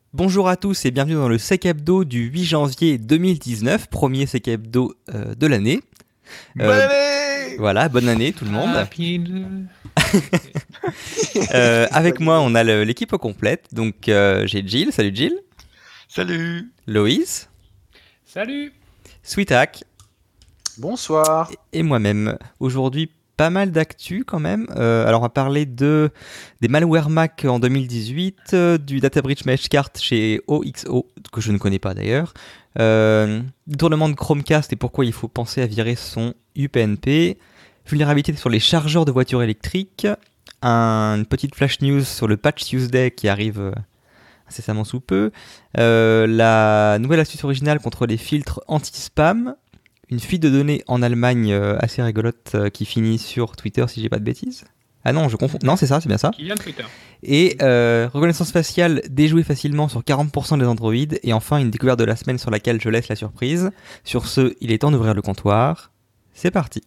Bonjour à tous et bienvenue dans le Sec Hebdo du 8 janvier 2019, premier Sec Hebdo de l'année. Bonne année. Voilà, bonne année tout le monde. Avec moi, on a l'équipe au complète. Donc j'ai Jill, salut Jill. Salut. Loïs. Salut. Sweetak. Bonsoir. Et moi-même. Aujourd'hui, pas mal d'actu quand même. Alors on va parler des malware Mac en 2018, du Data Breach Meshcart chez OXO, que je ne connais pas d'ailleurs, détournement de Chromecast et pourquoi il faut penser à virer son UPnP, vulnérabilité sur les chargeurs de voitures électriques, une petite flash news sur le patch Tuesday qui arrive incessamment sous peu, la nouvelle astuce originale contre les filtres anti-spam, une fuite de données en Allemagne assez rigolote qui finit sur Twitter si j'ai pas de bêtises. Ah non, je confonds. Non, c'est ça, c'est bien ça. Qui vient de Twitter. Et reconnaissance faciale déjouée facilement sur 40% des Android. Et enfin, une découverte de la semaine sur laquelle je laisse la surprise. Sur ce, il est temps d'ouvrir le comptoir. C'est parti.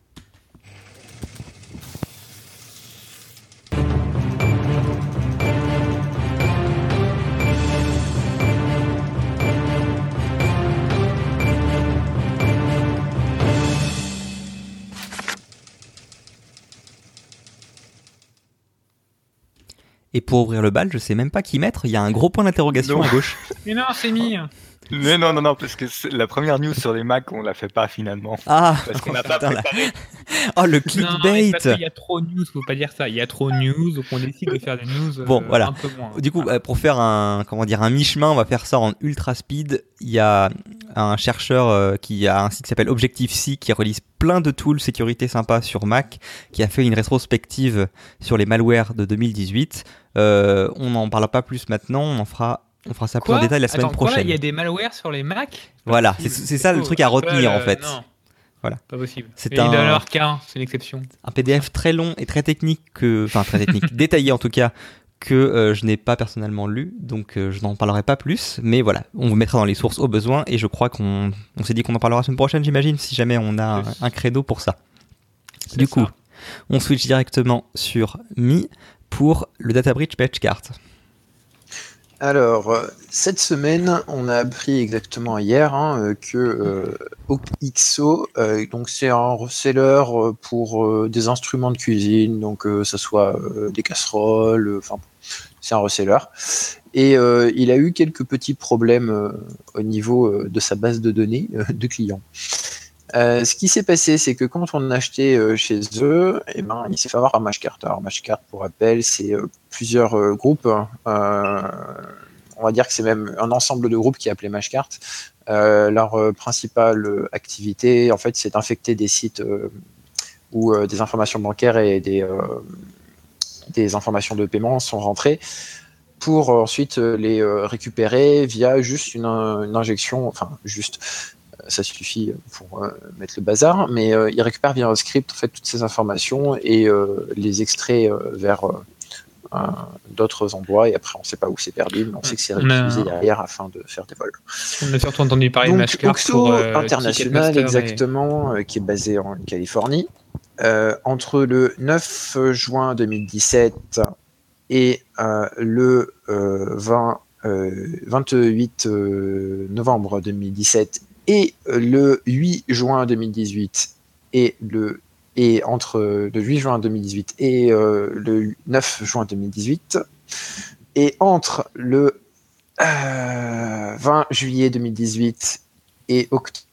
Et pour ouvrir le bal, je sais même pas qui mettre. Il y a un gros point d'interrogation Non. à gauche. Mais non, c'est mis. Mais non, parce que la première news sur les Mac, on la fait pas finalement. Ah, Parce qu'on n'a pas putain, là. préparé. Oh, le Non, mais clickbait. parce qu'il y a trop de news, faut pas dire ça. Il y a trop de news, donc on décide de faire des news Bon, voilà. un peu moins. Du coup, pour faire un mi-chemin, on va faire ça en ultra speed. Il y a un chercheur qui a un site qui s'appelle Objective-C qui relise plein de tools sécurité sympas sur Mac, qui a fait une rétrospective sur les malwares de 2018. On n'en parlera pas plus maintenant, on fera ça plus en détail la semaine prochaine. Il y a des malwares sur les Mac. Voilà, c'est ça le truc à retenir en fait. Non. Voilà. Pas possible. C'est Il doit y en avoir qu'un, c'est une exception. Un PDF très long et très technique, détaillé en tout cas, que je n'ai pas personnellement lu, donc je n'en parlerai pas plus, mais voilà, on vous mettra dans les sources au besoin, et je crois qu'on s'est dit qu'on en parlera la semaine prochaine, j'imagine, si jamais on a un credo pour ça. Du coup, on switch directement sur Mi pour le Data Breach Meshcart. Alors, cette semaine, on a appris exactement hier que OXO, donc c'est un reseller pour des instruments de cuisine, donc ça soit des casseroles, enfin, c'est un reseller. Et il a eu quelques petits problèmes au niveau de sa base de données de clients. Ce qui s'est passé, c'est que quand on a acheté chez eux, il s'est fait avoir un Meshcart. Alors, Meshcart, pour rappel, c'est plusieurs groupes. On va dire que c'est même un ensemble de groupes qui est appelé Meshcart. Leur principale activité, en fait, c'est d'infecter des sites où des informations bancaires et des informations de paiement sont rentrées pour ensuite les récupérer via juste une injection, enfin, juste... Ça suffit pour mettre le bazar, mais il récupère via un script en fait, toutes ces informations et les extrait vers d'autres endroits, et après on ne sait pas où c'est perdu, mais on sait que c'est réutilisé derrière afin de faire des vols. On a surtout entendu parler donc, de Meshcart OXO International, exactement, qui est basé en Californie. Entre le 9 juin 2017 et le 28 novembre 2017 et le 8 juin 2018 et entre le 8 juin 2018 et le 9 juin 2018 et entre le 20 juillet 2018 et octobre.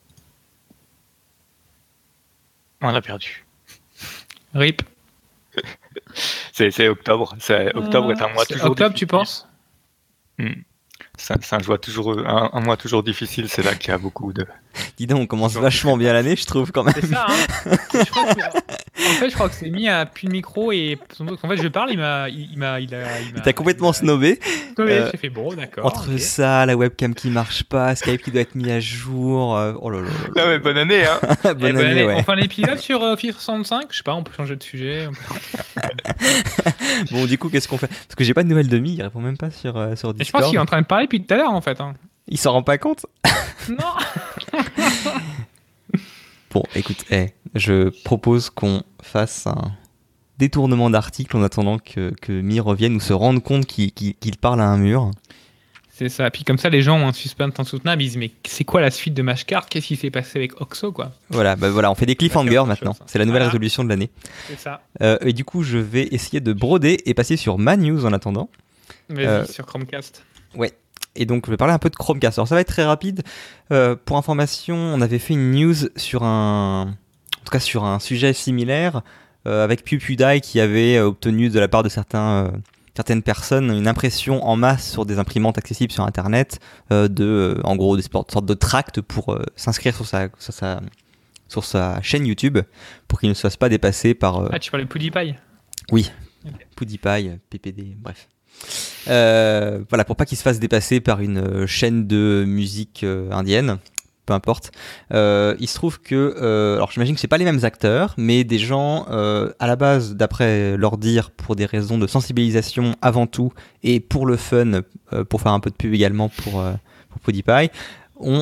On a perdu. RIP. C'est octobre. Octobre est un mois toujours octobre, difficile. tu penses C'est un mois toujours difficile, c'est là qu'il y a beaucoup de... Dis donc, on commence vachement bien l'année, je trouve, quand même. C'est ça, hein. Je crois que c'est mis à plus le micro et en fait je parle, il t'a complètement snobé. J'ai fait bon, d'accord. Entre ça, la webcam qui marche pas, Skype qui doit être mis à jour. Oh là là. Non mais bonne année, hein. Bonne année, ouais. On fait un épisode sur Office 65, je sais pas, on peut changer de sujet. Bon, du coup, qu'est-ce qu'on fait? Parce que j'ai pas de nouvelles de Mi, il répond même pas sur Discord. Je pense qu'il est en train de parler depuis tout à l'heure en fait. Hein. Il s'en rend pas compte? Non. Bon, écoute, je propose qu'on fasse un détournement d'article en attendant que Mi revienne ou se rende compte qu'il parle à un mur. C'est ça. Puis comme ça, les gens ont un suspense insoutenable. Ils disent mais c'est quoi la suite de Mashcart? Qu'est-ce qui s'est passé avec Oxo quoi? Voilà, on fait des cliffhangers maintenant. C'est la nouvelle résolution de l'année. C'est ça. Et du coup, je vais essayer de broder et passer sur ma news en attendant. Vas-y, sur Chromecast. Ouais. Et donc, je vais parler un peu de Chromecast. Alors, ça va être très rapide. Pour information, on avait fait une news sur un sujet similaire avec PewDiePie qui avait obtenu de la part de certaines personnes une impression en masse sur des imprimantes accessibles sur Internet en gros, des sortes de tracts pour s'inscrire sur sa chaîne YouTube pour qu'il ne se fasse pas dépasser par... Ah, tu parlais de PewDiePie? Oui, okay. PewDiePie, PPD, bref. Voilà, pour pas qu'il se fasse dépasser par une chaîne de musique indienne, peu importe. Il se trouve que, alors j'imagine que c'est pas les mêmes acteurs, mais des gens, à la base, d'après leur dire, pour des raisons de sensibilisation avant tout, et pour le fun, pour faire un peu de pub également pour PewDiePie, ont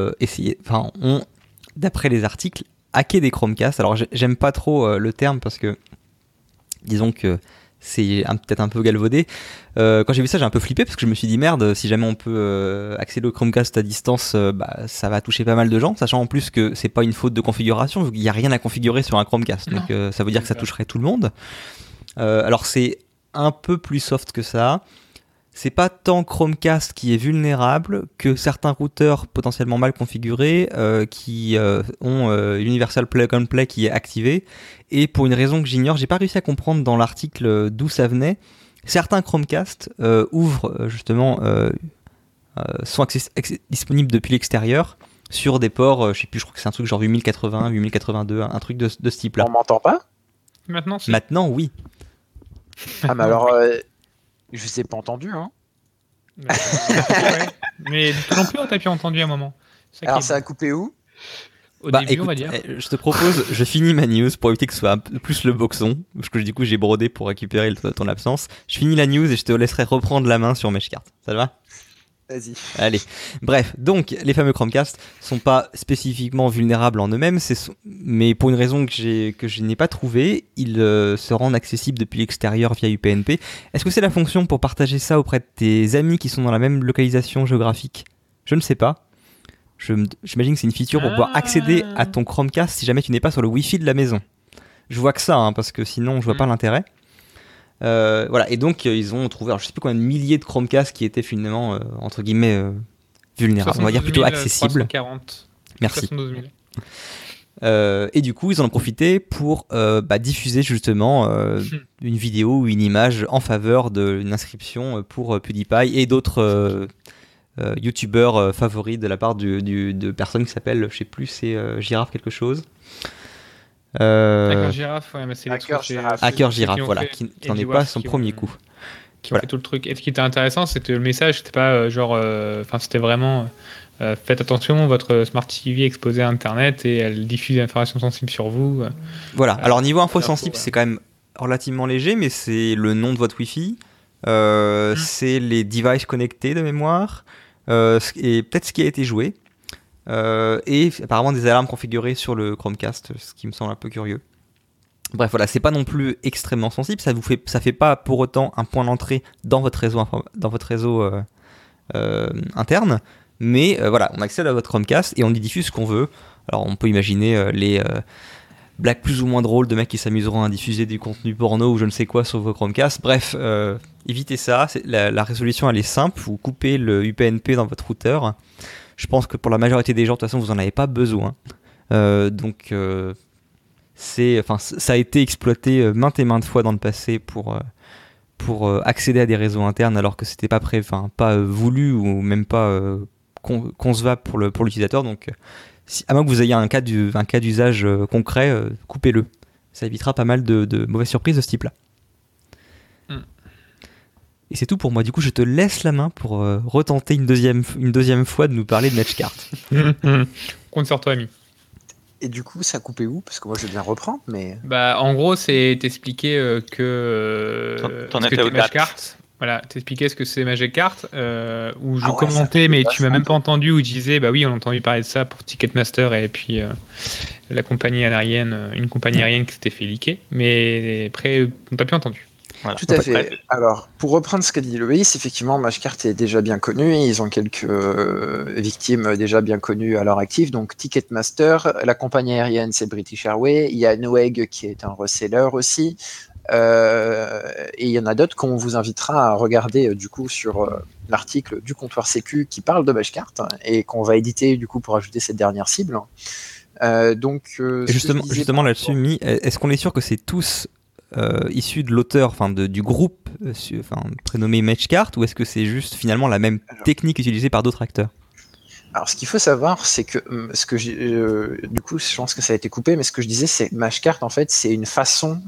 d'après les articles, hacké des Chromecast. Alors j'aime pas trop le terme parce que, disons que c'est peut-être un peu galvaudé. Quand j'ai vu ça, j'ai un peu flippé parce que je me suis dit merde, si jamais on peut accéder au Chromecast à distance, ça va toucher pas mal de gens, sachant en plus que c'est pas une faute de configuration, il n'y a rien à configurer sur un Chromecast, donc ça veut dire que ça toucherait tout le monde. Alors c'est un peu plus soft que ça. C'est pas tant Chromecast qui est vulnérable que certains routeurs potentiellement mal configurés qui ont Universal Plug and Play qui est activé. Et pour une raison que j'ignore, j'ai pas réussi à comprendre dans l'article d'où ça venait. Certains Chromecast ouvrent justement sont disponibles depuis l'extérieur sur des ports, je sais plus, je crois que c'est un truc genre 8080, 8082, un truc de ce type-là. On m'entend pas? Maintenant, oui. Ah mais alors, je vous ai pas entendu, hein. Mais toi non plus, on t'a pu entendu à un moment. Alors ça a coupé où? Au début, écoute, on va dire. Je te propose, je finis ma news pour éviter que ce soit un peu plus le boxon, parce que du coup j'ai brodé pour récupérer ton absence. Je finis la news et je te laisserai reprendre la main sur Meshcart. Ça te va? Vas-y. Allez. Bref, donc les fameux Chromecast sont pas spécifiquement vulnérables en eux-mêmes, mais pour une raison que je n'ai pas trouvée, ils se rendent accessibles depuis l'extérieur via UPnP. Est-ce que c'est la fonction pour partager ça auprès de tes amis qui sont dans la même localisation géographique? Je ne sais pas. J'imagine que c'est une feature pour pouvoir accéder à ton Chromecast si jamais tu n'es pas sur le Wi-Fi de la maison. Je vois que ça, hein, parce que sinon je vois pas l'intérêt. Voilà, et donc ils ont trouvé, alors je sais plus combien de milliers de Chromecast qui étaient finalement entre guillemets vulnérables, on va dire plutôt accessibles. 340. Merci. 72 000. Et du coup, ils en ont profité pour diffuser justement une vidéo ou une image en faveur d'une inscription pour PewDiePie et d'autres youtubeurs favoris de la part de personnes qui s'appellent, je sais plus, c'est Giraffe quelque chose. Hacker Giraffe, ouais, mais c'est Hacker Giraffe, voilà, qui n'en est pas son premier coup. Qui ont fait tout le truc. Et ce qui était intéressant, c'était le message, c'était pas c'était vraiment faites attention, votre Smart TV est exposée à Internet et elle diffuse des informations sensibles sur vous. Voilà, alors niveau info sensible, c'est quand même relativement léger, mais c'est le nom de votre Wi-Fi, c'est les devices connectés de mémoire, et peut-être ce qui a été joué. Et apparemment des alarmes configurées sur le Chromecast, ce qui me semble un peu curieux. Bref, voilà, c'est pas non plus extrêmement sensible, ça fait pas pour autant un point d'entrée dans votre réseau interne, mais voilà, on accède à votre Chromecast et on y diffuse ce qu'on veut. Alors on peut imaginer les blagues plus ou moins drôles de mecs qui s'amuseront à diffuser du contenu porno ou je ne sais quoi sur vos Chromecast. Bref, évitez ça, la résolution elle est simple, vous coupez le UPnP dans votre routeur. Je pense que pour la majorité des gens, de toute façon, vous n'en avez pas besoin. Donc, ça a été exploité maintes et maintes fois dans le passé pour accéder à des réseaux internes alors que c'était pas pas voulu ou même pas concevable pour l'utilisateur. Donc, à moins que vous ayez un cas d'usage concret, coupez-le. Ça évitera pas mal de mauvaises surprises de ce type-là. Et c'est tout pour moi. Du coup, je te laisse la main pour retenter une deuxième fois de nous parler de Meshcart. Compte sur toi, ami. Et du coup, ça a coupé où? Parce que moi, je vais bien reprendre, mais... En gros, c'est t'expliquer que... T'en étais au Meshcart. Voilà, t'expliquais ce que c'est Meshcart, où je commentais, mais tu m'as même pas entendu, où je disais, bah oui, on a entendu parler de ça pour Ticketmaster et puis la compagnie aérienne, une compagnie aérienne qui s'était fait leaker, mais après, on t'a plus entendu. Voilà. Tout à fait. Alors, pour reprendre ce qu'a dit Loïs, effectivement, Mashcart est déjà bien connu. Ils ont quelques victimes déjà bien connues à leur actif. Donc, Ticketmaster, la compagnie aérienne, c'est British Airways. Il y a Newegg qui est un reseller aussi. Et il y en a d'autres qu'on vous invitera à regarder du coup sur l'article du comptoir Sécu qui parle de Mashcart et qu'on va éditer du coup pour ajouter cette dernière cible. Et justement là-dessus, Mi, est-ce qu'on est sûr que c'est tous issus de l'auteur, enfin du groupe prénommé Mashcart, ou est-ce que c'est juste finalement la même technique utilisée par d'autres acteurs? Alors, ce qu'il faut savoir, c'est que du coup, je pense que ça a été coupé, mais ce que je disais, c'est Mashcart, en fait, c'est une façon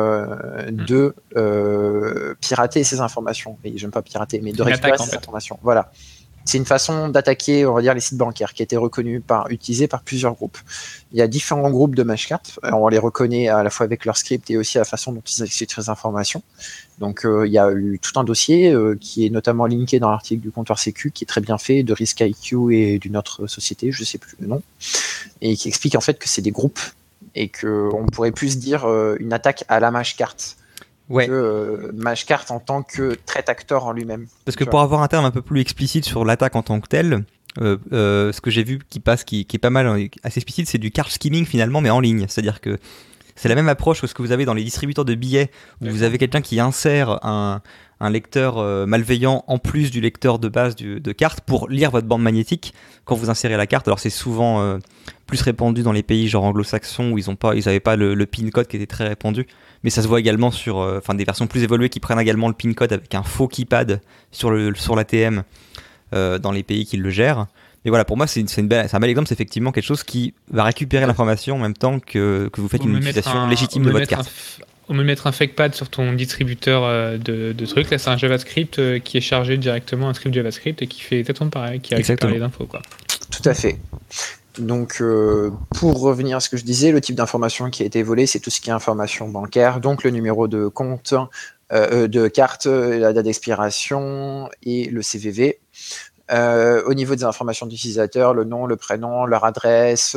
de pirater ces informations. Et j'aime pas pirater, mais de récupérer ces informations. Voilà. C'est une façon d'attaquer, on va dire, les sites bancaires qui a été utilisée par plusieurs groupes. Il y a différents groupes de Mashcart. On les reconnaît à la fois avec leur script et aussi la façon dont ils expliquent les informations. Donc, il y a eu tout un dossier qui est notamment linké dans l'article du comptoir Sécu, qui est très bien fait, de Risk IQ et d'une autre société, je sais plus le nom, et qui explique en fait que c'est des groupes et qu'on pourrait plus dire une attaque à la Mashcart. Ouais. Que Mashcart en tant que trait acteur en lui-même. Parce que pour avoir un terme un peu plus explicite sur l'attaque en tant que telle, ce que j'ai vu qui est pas mal, assez explicite, c'est du card skimming finalement, mais en ligne. C'est-à-dire que c'est la même approche que ce que vous avez dans les distributeurs de billets, où vous avez quelqu'un qui insère un lecteur malveillant en plus du lecteur de base de carte pour lire votre bande magnétique quand vous insérez la carte. Alors c'est souvent plus répandu dans les pays genre anglo-saxons où ils n'avaient pas le PIN code qui était très répandu. Mais ça se voit également sur des versions plus évoluées qui prennent également le PIN code avec un faux keypad sur l'ATM dans les pays qui le gèrent. Mais voilà, pour moi, c'est un bel exemple. C'est effectivement quelque chose qui va récupérer l'information en même temps que vous faites une utilisation légitime de votre carte. Au lieu de mettre un fake pad sur ton distributeur de trucs, là c'est un JavaScript qui est chargé directement, un script JavaScript et qui fait exactement pareil, qui récupère les infos, quoi. Tout à fait. Donc, pour revenir à ce que je disais, le type d'information qui a été volé, c'est tout ce qui est information bancaire, donc le numéro de compte, de carte, la date d'expiration et le CVV. Au niveau des informations d'utilisateurs, le nom, le prénom, leur adresse,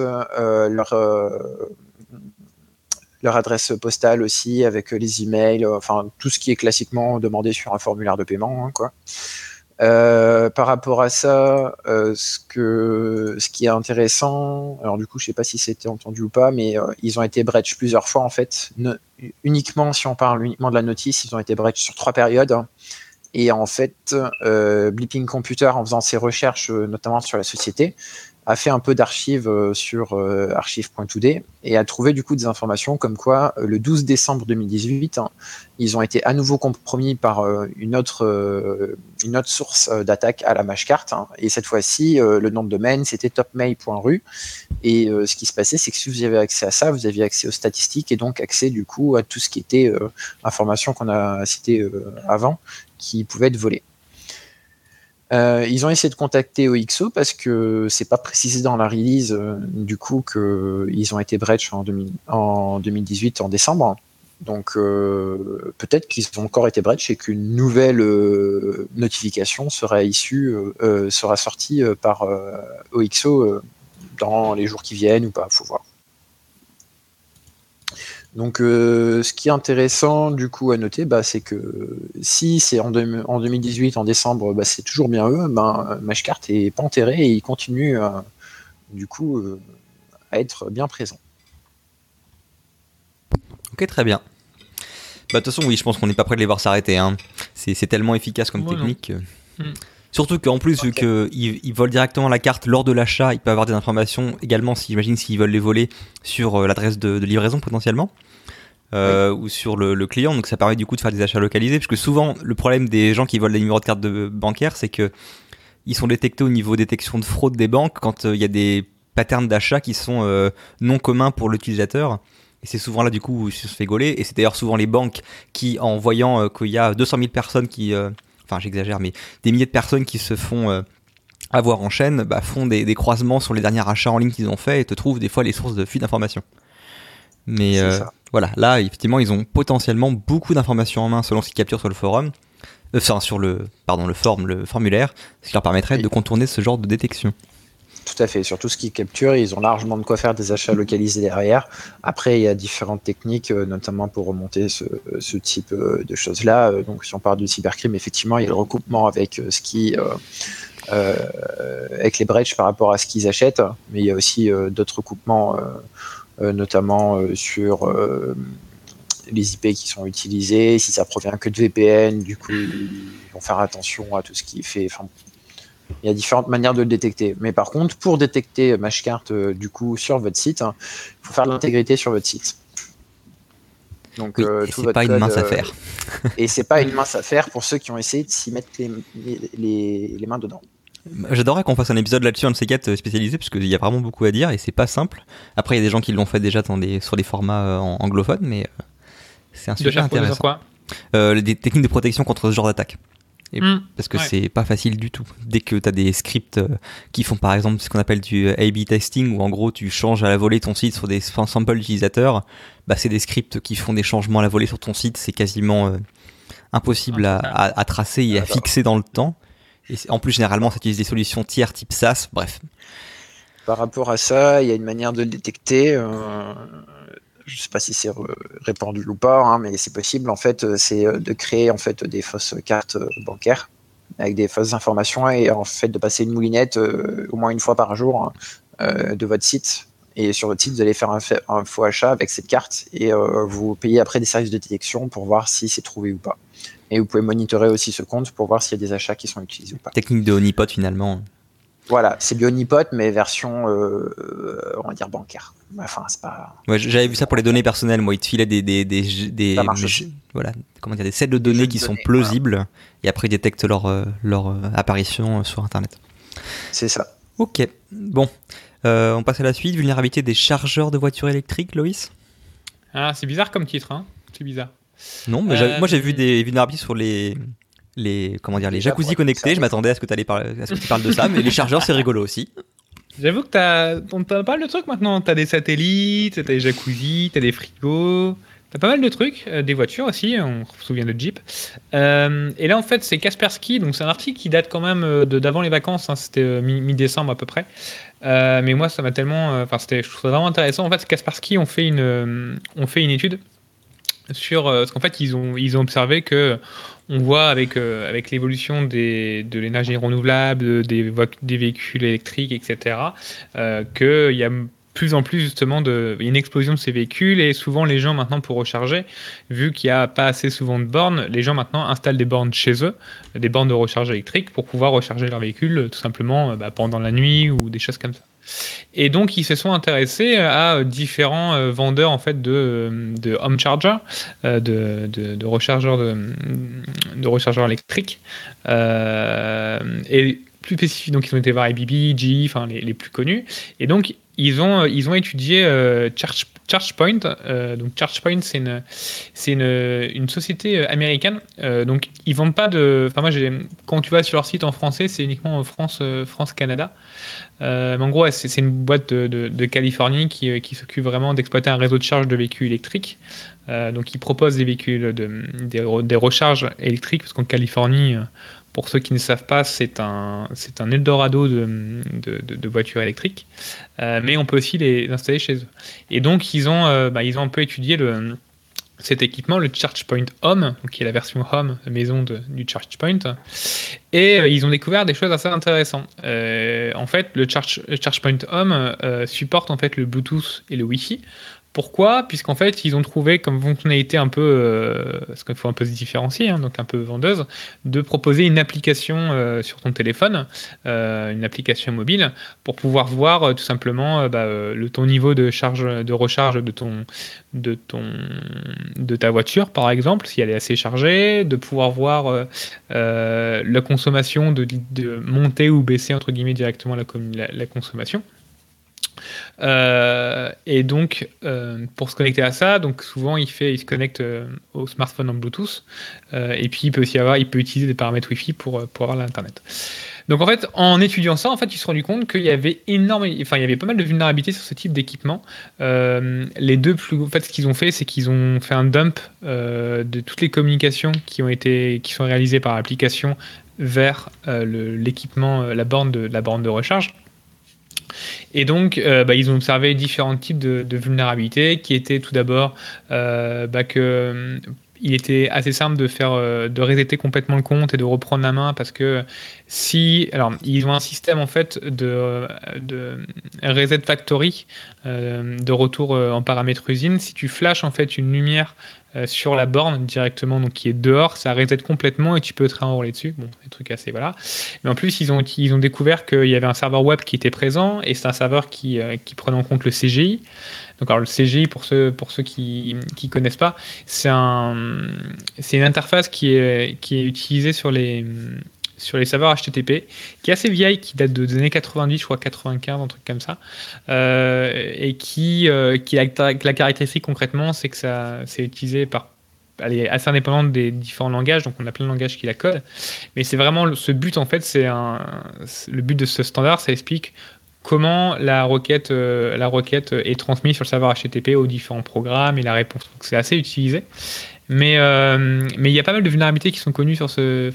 leur adresse postale aussi, avec les emails, enfin tout ce qui est classiquement demandé sur un formulaire de paiement, hein, quoi. Par rapport à ça, ce qui est intéressant, alors du coup je sais pas si c'était entendu ou pas, mais ils ont été breach plusieurs fois en fait, si on parle uniquement de la notice, ils ont été breach sur 3 périodes, hein. Et en fait Blipping Computer, en faisant ses recherches notamment sur la société, a fait un peu d'archives sur archive.today et a trouvé du coup des informations comme quoi le 12 décembre 2018, hein, ils ont été à nouveau compromis par une autre source d'attaque à la Mashcart, hein, et cette fois-ci le nom de domaine c'était topmail.ru et ce qui se passait c'est que si vous avez accès à ça, vous aviez accès aux statistiques et donc accès du coup à tout ce qui était information qu'on a cité avant qui pouvait être volée. Ils ont essayé de contacter OXO parce que c'est pas précisé dans la release du coup qu'ils ont été breach en 2018 en décembre. Donc peut-être qu'ils ont encore été breach et qu'une nouvelle notification sera sortie par OXO dans les jours qui viennent ou pas, faut voir. Donc, ce qui est intéressant du coup à noter, c'est que si c'est en 2018 en décembre, c'est toujours bien eux. Mashcart est pas enterré et il continue du coup à être bien présent. Ok, très bien. De toute façon, oui, je pense qu'on n'est pas prêt de les voir s'arrêter, hein. C'est tellement efficace comme technique. Surtout qu'en plus, vu qu'ils volent directement la carte lors de l'achat, ils peuvent avoir des informations également, j'imagine, s'ils veulent les voler sur l'adresse de livraison potentiellement, ou sur le client. Donc ça permet du coup de faire des achats localisés, parce que souvent, le problème des gens qui volent des numéros de carte bancaire, c'est qu'ils sont détectés au niveau détection de fraude des banques quand il y a des patterns d'achat qui sont non communs pour l'utilisateur. Et c'est souvent là du coup où il se fait gauler. Et c'est d'ailleurs souvent les banques qui, en voyant qu'il y a 200 000 personnes qui... enfin j'exagère, mais des milliers de personnes qui se font avoir en chaîne, font des croisements sur les derniers achats en ligne qu'ils ont fait et te trouvent des fois les sources de fuite d'informations. Mais voilà, là effectivement ils ont potentiellement beaucoup d'informations en main selon ce qu'ils capturent sur le forum, sur le formulaire, ce qui leur permettrait de contourner ce genre de détection. Tout à fait. Sur tout ce qui capture, ils ont largement de quoi faire des achats localisés derrière. Après, il y a différentes techniques, notamment pour remonter ce type de choses-là. Donc, si on parle du cybercrime, effectivement, il y a le recoupement avec avec les breaches par rapport à ce qu'ils achètent, mais il y a aussi d'autres recoupements, notamment sur les IP qui sont utilisés. Si ça provient que de VPN, du coup, ils vont faire attention à tout ce qui est fait. Enfin, il y a différentes manières de le détecter. Mais par contre, pour détecter Mashcart du coup sur votre site, il faut faire de l'intégrité sur votre site. Donc, Oui, tout c'est votre pas une code, mince affaire. Et c'est pas une mince affaire pour ceux qui ont essayé de s'y mettre les mains dedans. J'adorerais qu'on fasse un épisode là-dessus, un de ces quatre spécialisés, parce qu'il y a vraiment beaucoup à dire et c'est pas simple. Après, il y a des gens qui l'ont fait déjà sur des formats anglophones, mais c'est un sujet intéressant. Quoi des techniques de protection contre ce genre d'attaque. Parce que c'est pas facile du tout. Dès que tu as des scripts qui font par exemple ce qu'on appelle du A/B testing, où en gros tu changes à la volée ton site sur des samples utilisateurs, bah c'est des scripts qui font des changements à la volée sur ton site, c'est quasiment impossible à tracer et à fixer dans le temps. Et en plus généralement ça utilise des solutions tiers type SaaS, bref. Par rapport à ça, il y a une manière de le détecter. Je ne sais pas si c'est répandu ou pas, hein, mais c'est possible. En fait, c'est de créer en fait des fausses cartes bancaires avec des fausses informations et en fait de passer une moulinette au moins une fois par jour de votre site. Et sur votre site, vous allez faire un faux achat avec cette carte et vous payez après des services de détection pour voir si c'est trouvé ou pas. Et vous pouvez monitorer aussi ce compte pour voir s'il y a des achats qui sont utilisés ou pas. Technique de honeypot finalement. Voilà, c'est du honeypot, mais version, on va dire, bancaire. Enfin, c'est pas... Ouais, j'avais vu ça pour les données personnelles. Moi, ils te filaient des voilà, comment dire, des sets de données qui sont plausibles, voilà. Et après ils détectent leur apparition sur Internet. C'est ça. Ok, bon. On passe à la suite. Vulnérabilité des chargeurs de voitures électriques, Loïs. Ah, c'est bizarre comme titre, hein. C'est bizarre. Non, mais moi j'ai vu des vulnérabilités sur les jacuzzi connectés. Je m'attendais à ce que tu parles de ça, mais les chargeurs c'est rigolo aussi. J'avoue que t'as pas mal de trucs maintenant. T'as des satellites, t'as des jacuzzis, t'as des frigos, t'as pas mal de trucs, des voitures aussi. On se souvient de Jeep. Et là en fait c'est Kaspersky, donc c'est un article qui date quand même d'avant les vacances. Hein, c'était mi-décembre à peu près. Mais moi ça m'a tellement, je trouve ça vraiment intéressant. En fait Kaspersky ont fait une étude sur parce qu'en fait ils ont observé que on voit avec l'évolution de l'énergie renouvelable, des véhicules électriques, etc., qu'il y a plus en plus justement une explosion de ces véhicules et souvent les gens maintenant pour recharger, vu qu'il n'y a pas assez souvent de bornes, les gens maintenant installent des bornes chez eux, des bornes de recharge électrique pour pouvoir recharger leur véhicule tout simplement pendant la nuit ou des choses comme ça. Et donc ils se sont intéressés à différents vendeurs en fait de home charger, de rechargeurs de rechargeurs électriques et plus spécifique, donc ils ont été voir ABB, GE, enfin les plus connus, et donc ils ont étudié ChargePoint. Donc ChargePoint c'est une société américaine, donc ils vendent pas de, enfin moi quand tu vas sur leur site en français c'est uniquement France Canada. Mais en gros c'est une boîte de Californie qui s'occupe vraiment d'exploiter un réseau de charge de véhicules électriques. Donc ils proposent des véhicules des recharges électriques, parce qu'en Californie, pour ceux qui ne savent pas, c'est un Eldorado de voitures électriques, mais on peut aussi les installer chez eux. Et donc ils ont un peu étudié cet équipement, le ChargePoint Home, qui est la version Home maison du ChargePoint, et ils ont découvert des choses assez intéressantes. En fait, le ChargePoint Home supporte en fait le Bluetooth et le Wi-Fi. Pourquoi ? Puisqu'en fait, ils ont trouvé comme fonctionnalité un peu, parce qu'il faut un peu se différencier, hein, donc un peu vendeuse, de proposer une application sur ton téléphone, une application mobile, pour pouvoir voir tout simplement ton niveau de recharge de ta voiture, par exemple, si elle est assez chargée, de pouvoir voir la consommation, de monter ou baisser entre guillemets directement la consommation. Et donc pour se connecter à ça, donc souvent il se connecte au smartphone en Bluetooth, et puis il peut utiliser des paramètres Wi-Fi pour avoir l'internet. Donc en fait, en étudiant ça, en fait, ils se sont rendus compte qu'il y avait il y avait pas mal de vulnérabilités sur ce type d'équipement. Les deux en fait, ce qu'ils ont fait, c'est qu'ils ont fait un dump de toutes les communications qui sont réalisées par l'application vers l'équipement, la borne de recharge. Et donc, ils ont observé différents types de vulnérabilités qui étaient tout d'abord que il était assez simple de resetter complètement le compte et de reprendre la main parce que alors ils ont un système en fait de reset factory, de retour en paramètre usine. Si tu flashes en fait une lumière sur la borne directement, donc qui est dehors, ça reset complètement et tu peux te réenrôler dessus. Bon, des trucs assez voilà. Mais en plus, ils ont découvert qu'il y avait un serveur web qui était présent et c'est un serveur qui prenait en compte le CGI. Donc, alors le CGI, pour ceux qui connaissent pas, c'est une interface qui est utilisée sur les serveurs HTTP, qui est assez vieille, qui date des années 90, je crois 95, un truc comme ça, et qui a la caractéristique concrètement, c'est que c'est utilisé elle est assez indépendante des différents langages, donc on a plein de langages qui la codent, mais c'est vraiment ce but en fait, le but de ce standard, ça explique comment la requête est transmise sur le serveur HTTP aux différents programmes et la réponse. Donc c'est assez utilisé. Mais il y a pas mal de vulnérabilités qui sont connues sur le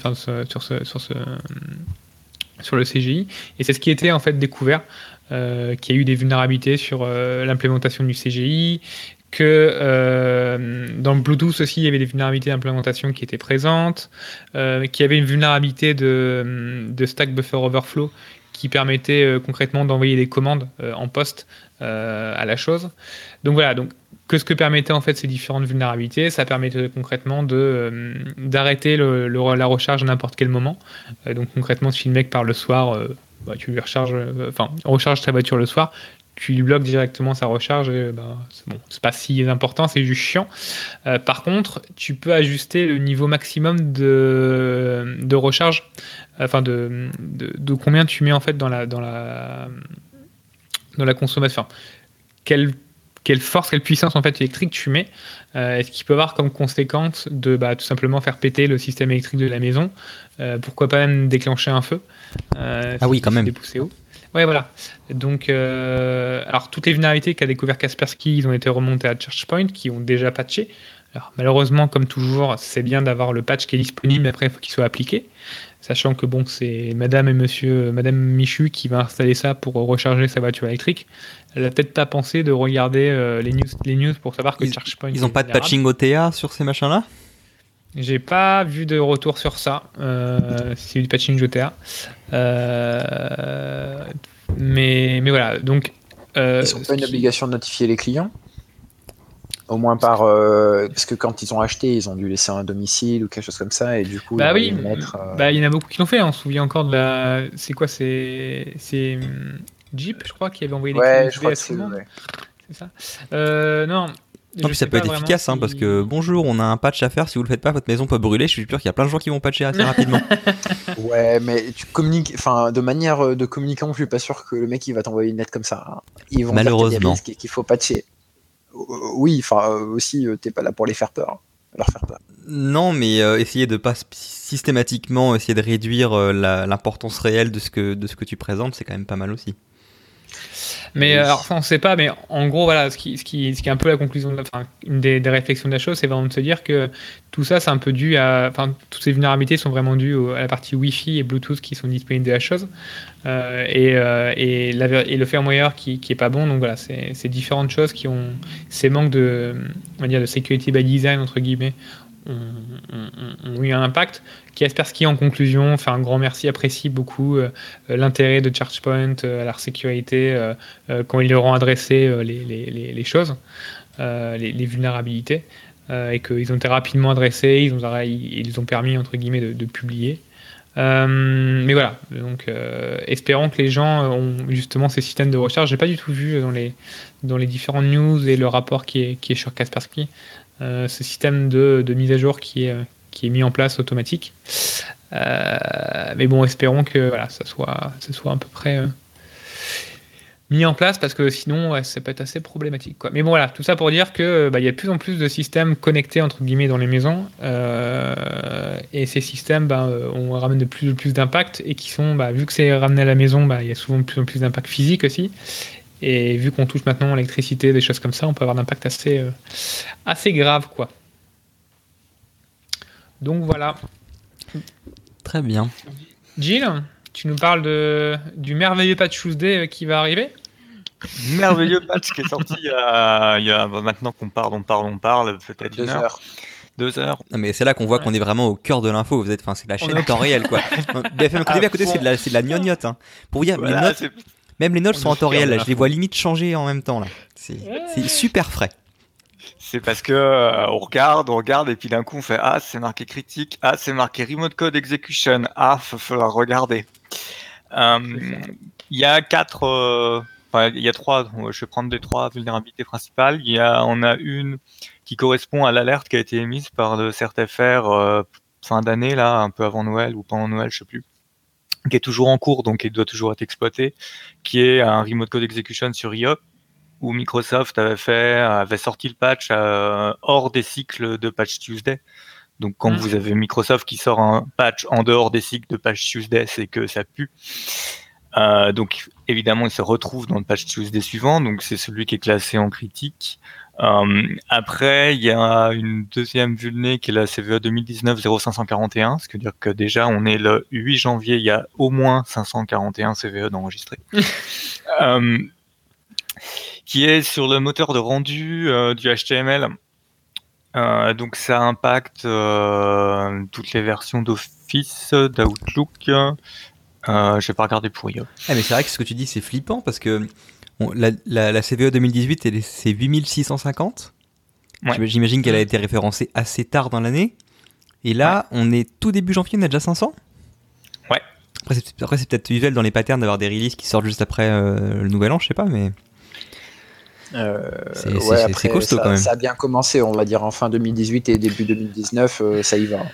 CGI. Et c'est ce qui était en fait découvert, qu'il y a eu des vulnérabilités sur l'implémentation du CGI, que dans le Bluetooth aussi, il y avait des vulnérabilités d'implémentation qui étaient présentes, qu'il y avait une vulnérabilité de Stack Buffer Overflow qui permettait concrètement d'envoyer des commandes en poste à la chose. Donc voilà, que ce que permettaient en fait ces différentes vulnérabilités, ça permettait concrètement d'arrêter la recharge à n'importe quel moment. Donc concrètement, si le mec part le soir, tu lui recharge ta voiture le soir, tu lui bloques directement sa recharge. C'est pas si important, c'est juste chiant. Par contre, tu peux ajuster le niveau maximum de recharge, de combien tu mets en fait dans la consommation. Quelle force, quelle puissance en fait électrique tu mets, et ce qui peut avoir comme conséquence de tout simplement faire péter le système électrique de la maison, pourquoi pas même déclencher un feu. Oui, quand même. Des poussées haut. Ouais, voilà. Donc, alors toutes les vulnérabilités qu'a découvert Kaspersky, ils ont été remontés à ChargePoint, qui ont déjà patché. Alors malheureusement, comme toujours, c'est bien d'avoir le patch qui est disponible, mais après il faut qu'il soit appliqué. Sachant que c'est Madame Michu qui va installer ça pour recharger sa voiture électrique. Elle a peut-être pas pensé de regarder les news pour savoir que ChargePoint. Ils n'ont pas de patching OTA sur ces machins-là ? J'ai pas vu de retour sur ça. C'est du patching OTA. Mais voilà. Donc, ils n'ont pas une obligation de notifier les clients ? Au moins parce que quand ils ont acheté, ils ont dû laisser un domicile ou quelque chose comme ça, et du coup, il y en a beaucoup qui l'ont fait. On se souvient encore de la. C'est quoi ? C'est Jeep, je crois, qui avait envoyé des clés USB à tout le monde. C'est ça. Non. Non, puis ça peut être efficace, parce que bonjour, on a un patch à faire. Si vous le faites pas, votre maison peut brûler. Je suis sûr qu'il y a plein de gens qui vont patcher assez rapidement. Ouais, mais tu communiques, de manière de communicant, je suis pas sûr que le mec il va t'envoyer une lettre comme ça. Ils vont malheureusement dire qu'il y a des risques et qu'il faut patcher. Oui, aussi, t'es pas là pour leur faire peur. Non, mais essayer de pas systématiquement essayer de réduire l'importance réelle de ce que tu présentes, c'est quand même pas mal aussi. Mais alors, on ne sait pas, mais en gros, voilà, ce qui est un peu la conclusion, une des réflexions de la chose, c'est vraiment de se dire que tout ça, c'est un peu dû toutes ces vulnérabilités sont vraiment dues à la partie Wi-Fi et Bluetooth qui sont disponibles de la chose, et le firmware qui est pas bon. Donc voilà, c'est différentes choses qui ont ces manques de security by design entre guillemets. Ont eu un impact. Kaspersky en conclusion fait un grand merci, apprécie beaucoup l'intérêt de ChargePoint à la sécurité quand ils leur ont adressé les choses, les vulnérabilités, et qu'ils ont été rapidement adressés, ils ont permis entre guillemets de publier. Mais voilà, donc espérons que les gens ont justement ces systèmes de recharge. J'ai pas du tout vu dans les différentes news et le rapport qui est sur Kaspersky. Ce système de mise à jour qui est mis en place automatique. Mais bon, espérons que ça soit à peu près mis en place, parce que sinon ça peut être assez problématique, quoi. Mais bon, voilà, tout ça pour dire que il y a de plus en plus de systèmes connectés entre guillemets dans les maisons, et ces systèmes on ramène de plus en plus d'impact, et qui sont vu que c'est ramené à la maison, il y a souvent de plus en plus d'impact physique aussi. Et vu qu'on touche maintenant l'électricité, des choses comme ça, on peut avoir un impact assez grave, quoi. Donc voilà. Très bien. Gilles, tu nous parles du merveilleux Patch Tuesday qui va arriver ? Merveilleux patch qui est sorti il y a maintenant qu'on parle, peut-être 2 1 heure. heures. 2 heures. Non, mais c'est là qu'on voit qu'on est vraiment au cœur de l'info. C'est la chaîne temps réel, quoi. BFM TV à côté, c'est de la gnognotte. Hein. Pour vous dire, Voilà, les notes, même les notes sont en temps réel. Là. Je les vois limite changer en même temps. Là. C'est super frais. C'est parce que on regarde et puis d'un coup on fait c'est marqué critique, c'est marqué remote code execution, va falloir regarder. Il y a il y a 3. Je vais prendre les 3 vulnérabilités principales. On a une qui correspond à l'alerte qui a été émise par le CertFR fin d'année là, un peu avant Noël ou pendant Noël, je sais plus, qui est toujours en cours, donc il doit toujours être exploité, qui est un remote code execution sur IOP, où Microsoft avait sorti le patch hors des cycles de Patch Tuesday. Donc quand vous avez Microsoft qui sort un patch en dehors des cycles de Patch Tuesday, c'est que ça pue. Donc évidemment, il se retrouve dans le Patch Tuesday suivant, donc c'est celui qui est classé en critique. Après, il y a une deuxième vulnée qui est la CVE 2019-0541, ce qui veut dire que déjà on est le 8 janvier, il y a au moins 541 CVE d'enregistrés. Qui est sur le moteur de rendu du HTML. Donc ça impacte toutes les versions d'Office, d'Outlook. Je vais pas regarder pour IO. Mais c'est vrai que ce que tu dis, c'est flippant parce que la CVE 2018, c'est 8650. Ouais. J'imagine qu'elle a été référencée assez tard dans l'année. Et là, on est tout début janvier, on a déjà 500. Ouais. Après, c'est peut-être usuel dans les patterns d'avoir des releases qui sortent juste après le nouvel an, je sais pas, mais... c'est costaud quand même. Ça a bien commencé, on va dire, en fin 2018 et début 2019, ça y va.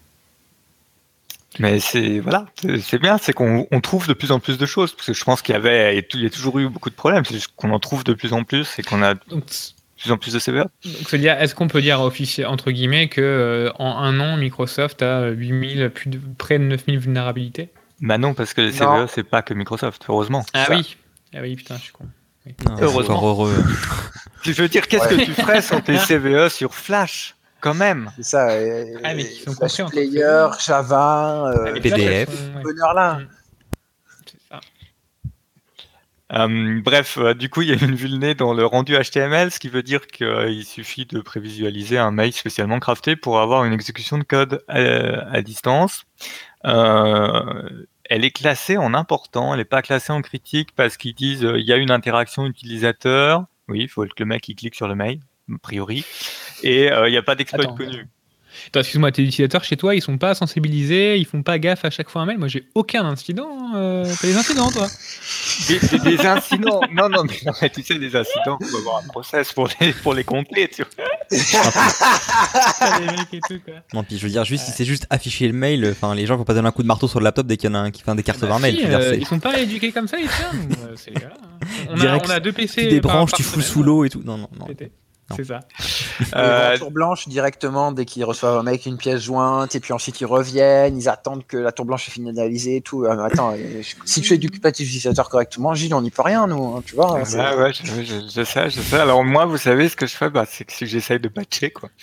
Mais c'est bien, c'est qu'on trouve de plus en plus de choses, parce que je pense qu'il y a toujours eu beaucoup de problèmes, c'est juste qu'on en trouve de plus en plus et qu'on a de plus en plus de CVE. Donc, est-ce qu'on peut dire entre guillemets que en un an, Microsoft a 8000, près de 9000 vulnérabilités? Bah non, parce que les CVE, c'est pas que Microsoft, heureusement. Oui, putain, je suis con. Oui. Non, heureusement. Heureux. Tu veux dire, qu'est-ce que tu ferais sans tes CVE sur Flash, quand même? C'est ça. Mais qui sont Flash Player, Java, PDF. Bonheur là. C'est ça. Bref, du coup, il y a une vulnée dans le rendu HTML, ce qui veut dire qu'il suffit de prévisualiser un mail spécialement crafté pour avoir une exécution de code à distance. Elle est classée en important, elle n'est pas classée en critique parce qu'ils disent il y a une interaction utilisateur. Oui, il faut que le mec il clique sur le mail, a priori, et il n'y a pas d'exploit connu. Attends, excuse-moi, tes utilisateurs chez toi, ils sont pas sensibilisés, ils font pas gaffe à chaque fois un mail. Moi, j'ai aucun incident. T'as des incidents, toi? Des incidents? Non, mais tu sais, des incidents, on va avoir un process pour les compter, tu vois. Les mecs et tout, quoi. Non, puis je veux dire, si c'est juste afficher le mail, enfin, les gens vont pas donner un coup de marteau sur le laptop dès qu'il y en a un qui fait des cartes 20 mails. Ils sont pas éduqués comme ça, les tiens. C'est les gars. On a 2 PC. Tu débranches, tu fous sous l'eau et tout. Non. C'est ça. Les tour blanche directement dès qu'ils reçoivent un mec une pièce jointe et puis ensuite ils reviennent, ils attendent que la tour blanche est finalisée et tout. Attends, si tu éduques pas tes utilisateurs correctement, Gilles, on n'y peut rien, nous, hein, tu vois. Ouais, je sais. Alors moi, vous savez ce que je fais, c'est que j'essaye de patcher, quoi.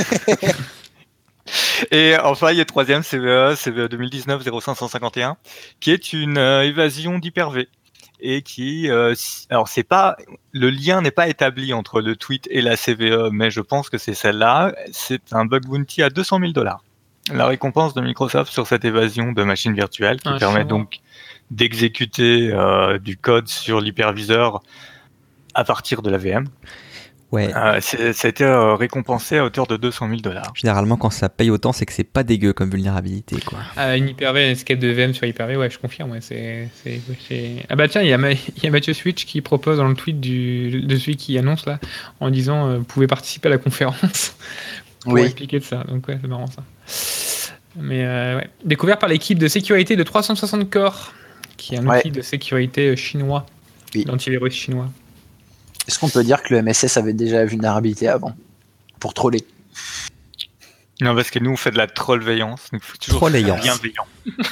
Et enfin, il y a troisième CVE 2019-0551, qui est une évasion d'Hyper-V. Et qui, alors c'est pas, le lien n'est pas établi entre le tweet et la CVE, mais je pense que c'est celle-là. C'est un bug bounty à $200,000. La récompense de Microsoft sur cette évasion de machine virtuelle qui permet donc d'exécuter du code sur l'hyperviseur à partir de la VM. Ouais. Ça a été récompensé à hauteur de $200,000. Généralement, quand ça paye autant, c'est que c'est pas dégueu comme vulnérabilité, quoi. Une Hyper-V, un escape de VM sur Hyper-V, ouais, je confirme. Ouais, Ah bah tiens, il y a Mathieu Switch qui propose dans le tweet de celui qui annonce là, en disant vous pouvez participer à la conférence pour expliquer de ça. Donc ouais, c'est marrant ça. Mais ouais. Découvert par l'équipe de sécurité de 360 Core, qui est un outil de sécurité chinois, d'antivirus chinois. Est-ce qu'on peut dire que le MSS avait déjà la vulnérabilité avant pour troller? Non, parce que nous on fait de la trollveillance, donc il faut toujours être bienveillant.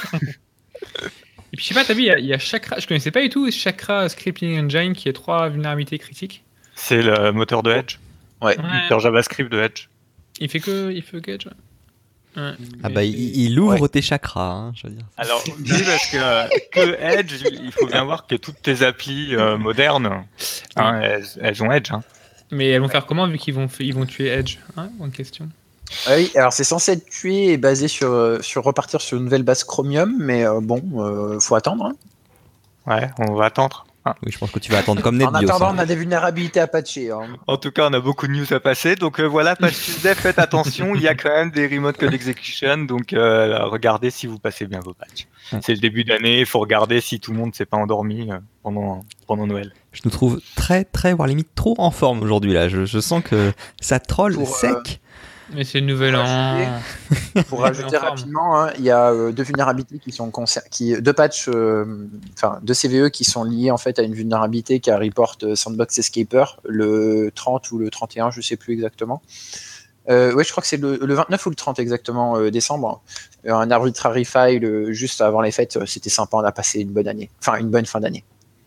Et puis je sais pas, t'as vu, il y a Chakra, je connaissais pas du tout Chakra Scripting Engine qui a 3 vulnérabilités critiques. C'est le moteur de Edge. Ouais. Le moteur JavaScript de Edge. Il fait que Edge. Ah bah il ouvre tes chakras, hein, je veux dire. Alors, oui, parce que Edge, il faut bien voir que toutes tes applis modernes, hein, elles ont Edge. Hein. Mais elles vont faire comment vu qu'ils vont tuer Edge, hein? Bonne question. Oui, alors c'est censé être tué et basé sur repartir sur une nouvelle base Chromium, mais faut attendre. Hein. Ouais, on va attendre. Oui, je pense que tu vas attendre comme En NetBIOS. attendant, on a des vulnérabilités à patcher. Hein. En tout cas, on a beaucoup de news à passer. Donc voilà, PatchTuesday, faites attention, il y a quand même des remote code execution. Donc regardez si vous passez bien vos patchs. C'est le début d'année, il faut regarder si tout le monde ne s'est pas endormi pendant Noël. Je nous trouve très, très, voire limite trop en forme aujourd'hui là. Je sens que ça troll sec. Mais c'est le nouvel an. Pour rajouter rapidement, hein, il y a deux vulnérabilités qui sont deux patchs, deux CVE qui sont liés en fait à une vulnérabilité qu'a report Sandbox Escaper le 30 ou le 31, je sais plus exactement. Ouais, je crois que c'est le 29 ou le 30 exactement décembre. Un arbitrary file juste avant les fêtes, c'était sympa, on a passé une bonne année, enfin une bonne fin d'année.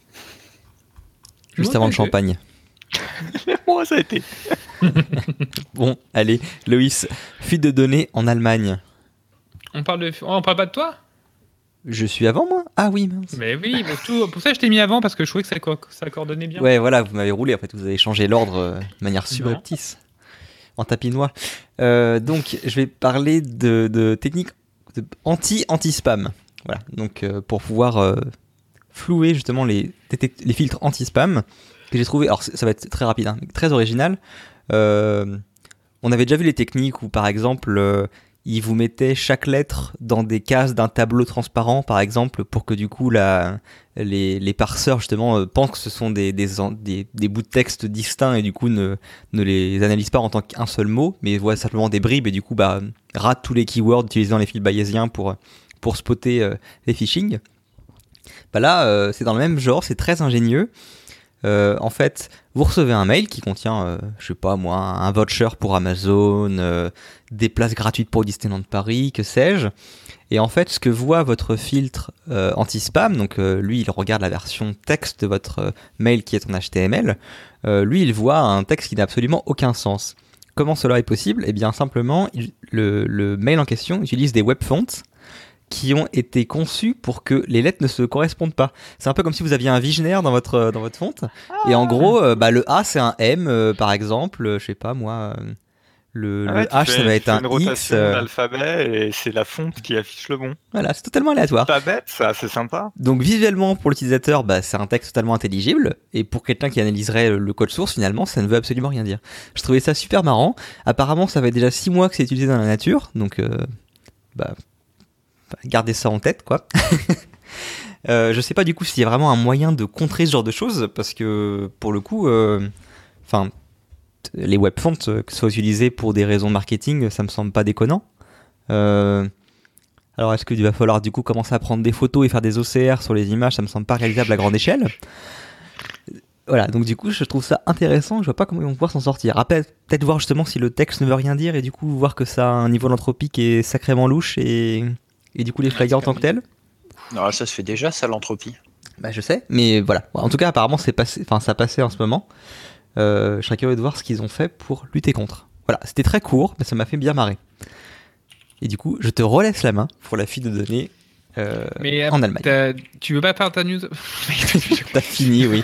Juste avant le champagne. Moi, ça a été. Bon, allez, Loïs, fuite de données en Allemagne. On parle pas de toi? Je suis avant moi? Ah oui, mince. Mais oui, pour ça je t'ai mis avant parce que je trouvais que ça coordonnait bien. Ouais, voilà, vous m'avez roulé, en fait, vous avez changé l'ordre de manière subreptice, en tapinois. Donc, je vais parler de techniques anti-spam. Voilà, donc pour pouvoir flouer justement les filtres anti-spam que j'ai trouvé, alors ça va être très rapide, hein, très original. On avait déjà vu les techniques où par exemple ils vous mettaient chaque lettre dans des cases d'un tableau transparent par exemple pour que du coup les parseurs justement pensent que ce sont des bouts de texte distincts et du coup ne les analysent pas en tant qu'un seul mot mais voient simplement des bribes et du coup ratent tous les keywords utilisant les fils bayésiens pour spotter les phishing. Là c'est dans le même genre, c'est très ingénieux. En fait, vous recevez un mail qui contient, je sais pas moi, un voucher pour Amazon, des places gratuites pour Disneyland Paris, que sais-je. Et en fait, ce que voit votre filtre anti-spam, donc lui, il regarde la version texte de votre mail qui est en HTML, lui, il voit un texte qui n'a absolument aucun sens. Comment cela est possible? Eh bien, simplement, le mail en question utilise des web fonts qui ont été conçus pour que les lettres ne se correspondent pas. C'est un peu comme si vous aviez un visionnaire dans votre fonte. Et en gros, le A c'est un M par exemple, je sais pas moi. Le H ça va être un une rotation X. de l'alphabet et c'est la fonte qui affiche le bon. Voilà, c'est totalement aléatoire. Pas bête, ça, c'est sympa. Donc visuellement pour l'utilisateur, c'est un texte totalement intelligible. Et pour quelqu'un qui analyserait le code source, finalement, ça ne veut absolument rien dire. Je trouvais ça super marrant. Apparemment, ça fait déjà 6 mois que c'est utilisé dans la nature, donc gardez ça en tête, quoi. Je sais pas du coup s'il y a vraiment un moyen de contrer ce genre de choses, parce que pour le coup, les web fonts que ce soit utilisés pour des raisons marketing, ça me semble pas déconnant. Alors est-ce qu'il va falloir du coup commencer à prendre des photos et faire des OCR sur les images? Ça me semble pas réalisable à grande échelle. Voilà, donc du coup je trouve ça intéressant, je vois pas comment ils vont pouvoir s'en sortir. Après, peut-être voir justement si le texte ne veut rien dire et du coup voir que ça a un niveau d'entropie qui est sacrément louche et du coup les flaguer en tant que tel. Non, ça se fait déjà, ça, l'entropie. Je sais, mais voilà. En tout cas, apparemment, ça passait en ce moment. Je serais curieux de voir ce qu'ils ont fait pour lutter contre. Voilà, c'était très court, mais ça m'a fait bien marrer. Et du coup, je te relaisse la main pour la fuite de données en Allemagne. Tu veux pas faire ta news? T'as fini, oui.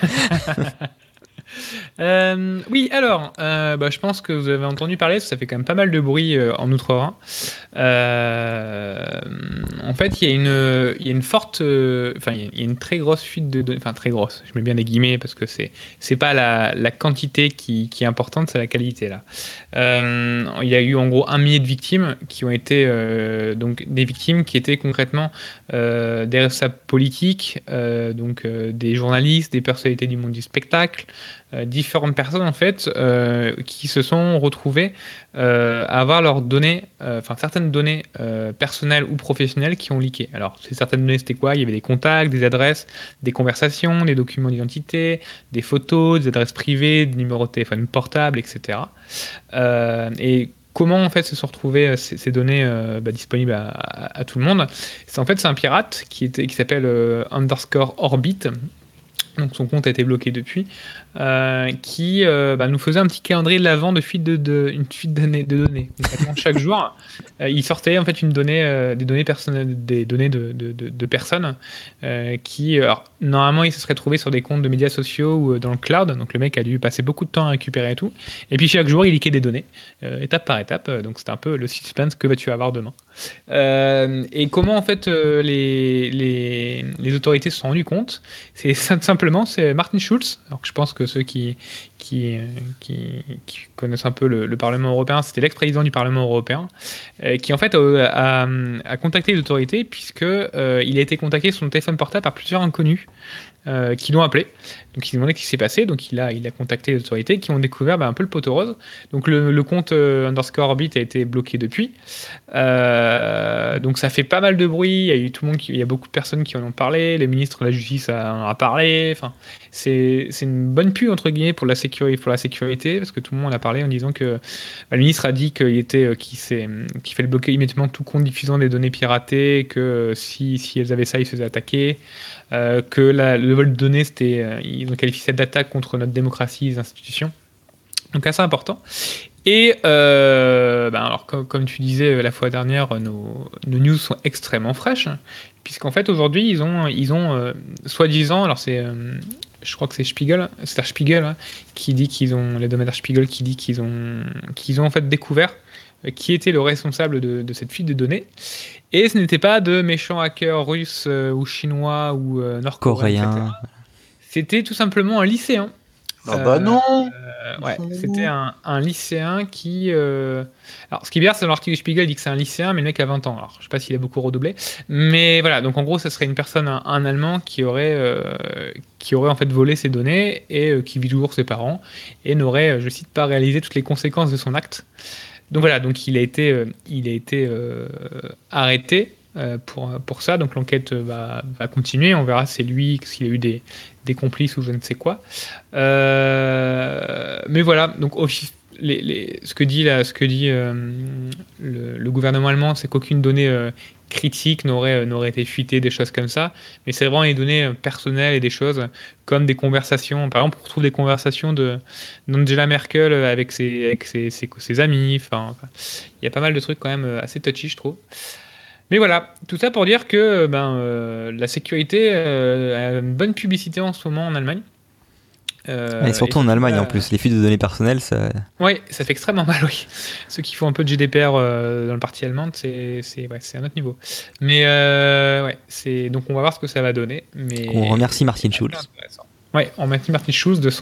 Oui, alors, je pense que vous avez entendu parler, ça fait quand même pas mal de bruit en Outre-Rhin. En fait, il y a une forte, il y a une très grosse fuite de données, enfin très grosse, je mets bien des guillemets parce que c'est pas la quantité qui est importante, c'est la qualité là. Il y a eu en gros 1 millier de victimes qui ont été donc des victimes qui étaient concrètement des responsables politiques, des journalistes, des personnalités du monde du spectacle. Différentes personnes en fait qui se sont retrouvées à avoir leurs données, certaines données personnelles ou professionnelles qui ont leaké. Alors ces certaines données c'était quoi? Il y avait des contacts, des adresses, des conversations, des documents d'identité, des photos, des adresses privées, des numéros de téléphone portable, etc. Et comment en fait se sont retrouvées ces données disponibles à tout le monde? C'est un pirate qui s'appelle _orbit. donc son compte a été bloqué depuis, qui nous faisait un petit calendrier de l'avant de fuite une fuite de données. Concrètement, chaque jour, il sortait en fait des données personnelles, des données de personnes qui, alors, normalement, il se serait trouvé sur des comptes de médias sociaux ou dans le cloud. Donc le mec a dû passer beaucoup de temps à récupérer et tout. Et puis chaque jour, il liquait des données, étape par étape. Donc c'était un peu le suspense que vas-tu avoir demain. Et comment en fait les autorités se sont rendues compte? C'est simplement, c'est Martin Schulz. Alors que je pense que ceux qui connaissent un peu le Parlement européen, c'était l'ex-président du Parlement européen, qui en fait a contacté les autorités puisque il a été contacté sur son téléphone portable par plusieurs inconnus qui l'ont appelé. Donc ils demandaient ce qui s'est passé. Donc il a contacté les autorités qui ont découvert un peu le poteau rose. Donc le compte _orbit a été bloqué depuis. Donc ça fait pas mal de bruit. Il y a beaucoup de personnes qui en ont parlé. Le ministre de la Justice en a parlé. Enfin, c'est une bonne pub entre guillemets pour la sécurité, parce que tout le monde en a parlé en disant que le ministre a dit qu'il fallait bloquer immédiatement tout compte diffusant des données piratées, que si elles avaient ça, ils se faisaient attaquer. Que le vol de données, ils ont qualifié ça d'attaque contre notre démocratie et les institutions. Donc assez important. Et alors comme tu disais la fois dernière, nos news sont extrêmement fraîches, puisqu'en fait aujourd'hui ils ont soi-disant, alors je crois que c'est Spiegel, c'est Der Spiegel qui dit les domaines Der Spiegel qui dit qu'ils ont en fait découvert qui était le responsable de cette fuite de données. Et ce n'était pas de méchants hackers russes ou chinois ou nord-coréens. C'était tout simplement un lycéen. Non. C'était un lycéen qui... Alors, ce qui est bien, c'est dans l'article du Spiegel, il dit que c'est un lycéen, mais le mec a 20 ans. Alors, je ne sais pas s'il a beaucoup redoublé. Mais voilà, donc en gros, ça serait une personne, un Allemand, qui aurait en fait volé ses données et qui vit toujours ses parents et n'aurait, je cite, pas réalisé toutes les conséquences de son acte. Donc voilà, donc il a été arrêté pour ça. Donc l'enquête va continuer. On verra si c'est lui, s'il a eu des complices ou je ne sais quoi. Mais voilà, donc ce que dit le gouvernement allemand, c'est qu'aucune donnée critique n'aurait été fuitée, des choses comme ça. Mais c'est vraiment les données personnelles et des choses comme des conversations. Par exemple, on retrouve des conversations d'Angela Merkel avec ses amis. Enfin, il y a pas mal de trucs quand même assez touchy, je trouve. Mais voilà, tout ça pour dire que la sécurité a une bonne publicité en ce moment en Allemagne. Et surtout en Allemagne en plus, les fuites de données personnelles, ça... Oui, ça fait extrêmement mal, oui. Ceux qui font un peu de GDPR dans le parti allemande, c'est un autre niveau. Mais donc on va voir ce que ça va donner. Mais on remercie Martin Schulz. Oui, on remercie Martin Schulz de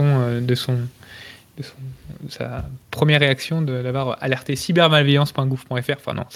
sa première réaction d'avoir alerté cybermalveillance.gouv.fr. Enfin non,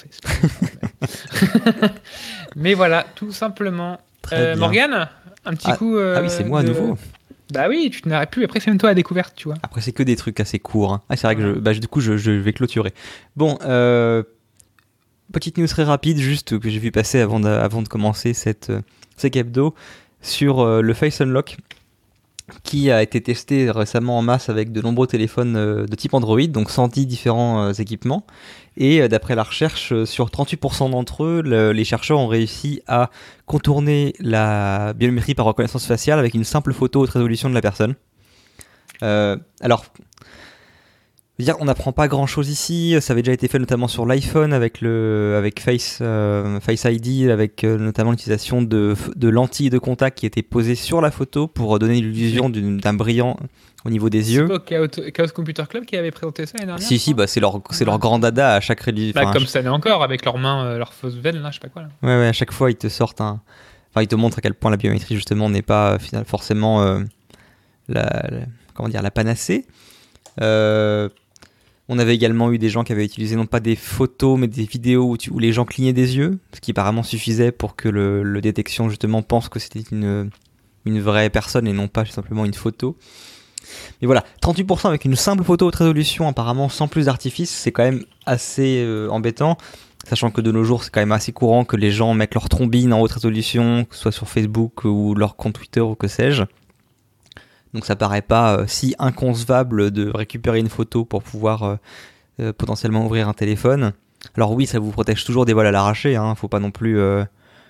mais voilà, tout simplement. Morgane, un petit coup. Ah oui, c'est moi à nouveau. Bah oui, tu n'aurais plus. Après, c'est même toi à découverte, tu vois. Après, c'est que des trucs assez courts. Hein. Ah, c'est vrai que du coup, je vais clôturer. Bon, petite news très rapide, juste que j'ai vu passer avant de commencer cette hebdo sur le Face Unlock, qui a été testé récemment en masse avec de nombreux téléphones de type Android, donc 110 différents équipements. Et d'après la recherche, sur 38% d'entre eux, les chercheurs ont réussi à contourner la biométrie par reconnaissance faciale avec une simple photo haute résolution de la personne. Alors, je veux dire, on n'apprend pas grand-chose ici. Ça avait déjà été fait notamment sur l'iPhone avec Face ID, avec notamment l'utilisation de lentilles de contact qui étaient posées sur la photo pour donner l'illusion d'un brillant au niveau des yeux. C'est pas Chaos Computer Club qui avait présenté ça l'année dernière. Si, c'est leur grand dada à chaque release. Comme ça l'est encore, avec leurs mains, leurs fausses veines, là, je sais pas quoi. Là. Ouais, à chaque fois, ils te sortent ils te montrent à quel point la biométrie, justement, n'est pas forcément la panacée. On avait également eu des gens qui avaient utilisé non pas des photos, mais des vidéos où les gens clignaient des yeux, ce qui apparemment suffisait pour que le détection, justement, pense que c'était une vraie personne et non pas simplement une photo. Mais voilà, 38% avec une simple photo haute résolution, apparemment sans plus d'artifice, c'est quand même assez embêtant, sachant que de nos jours c'est quand même assez courant que les gens mettent leur trombine en haute résolution, que ce soit sur Facebook ou leur compte Twitter ou que sais-je. Donc ça paraît pas si inconcevable de récupérer une photo pour pouvoir potentiellement ouvrir un téléphone. Alors oui, ça vous protège toujours des vols à l'arraché, hein, faut pas non plus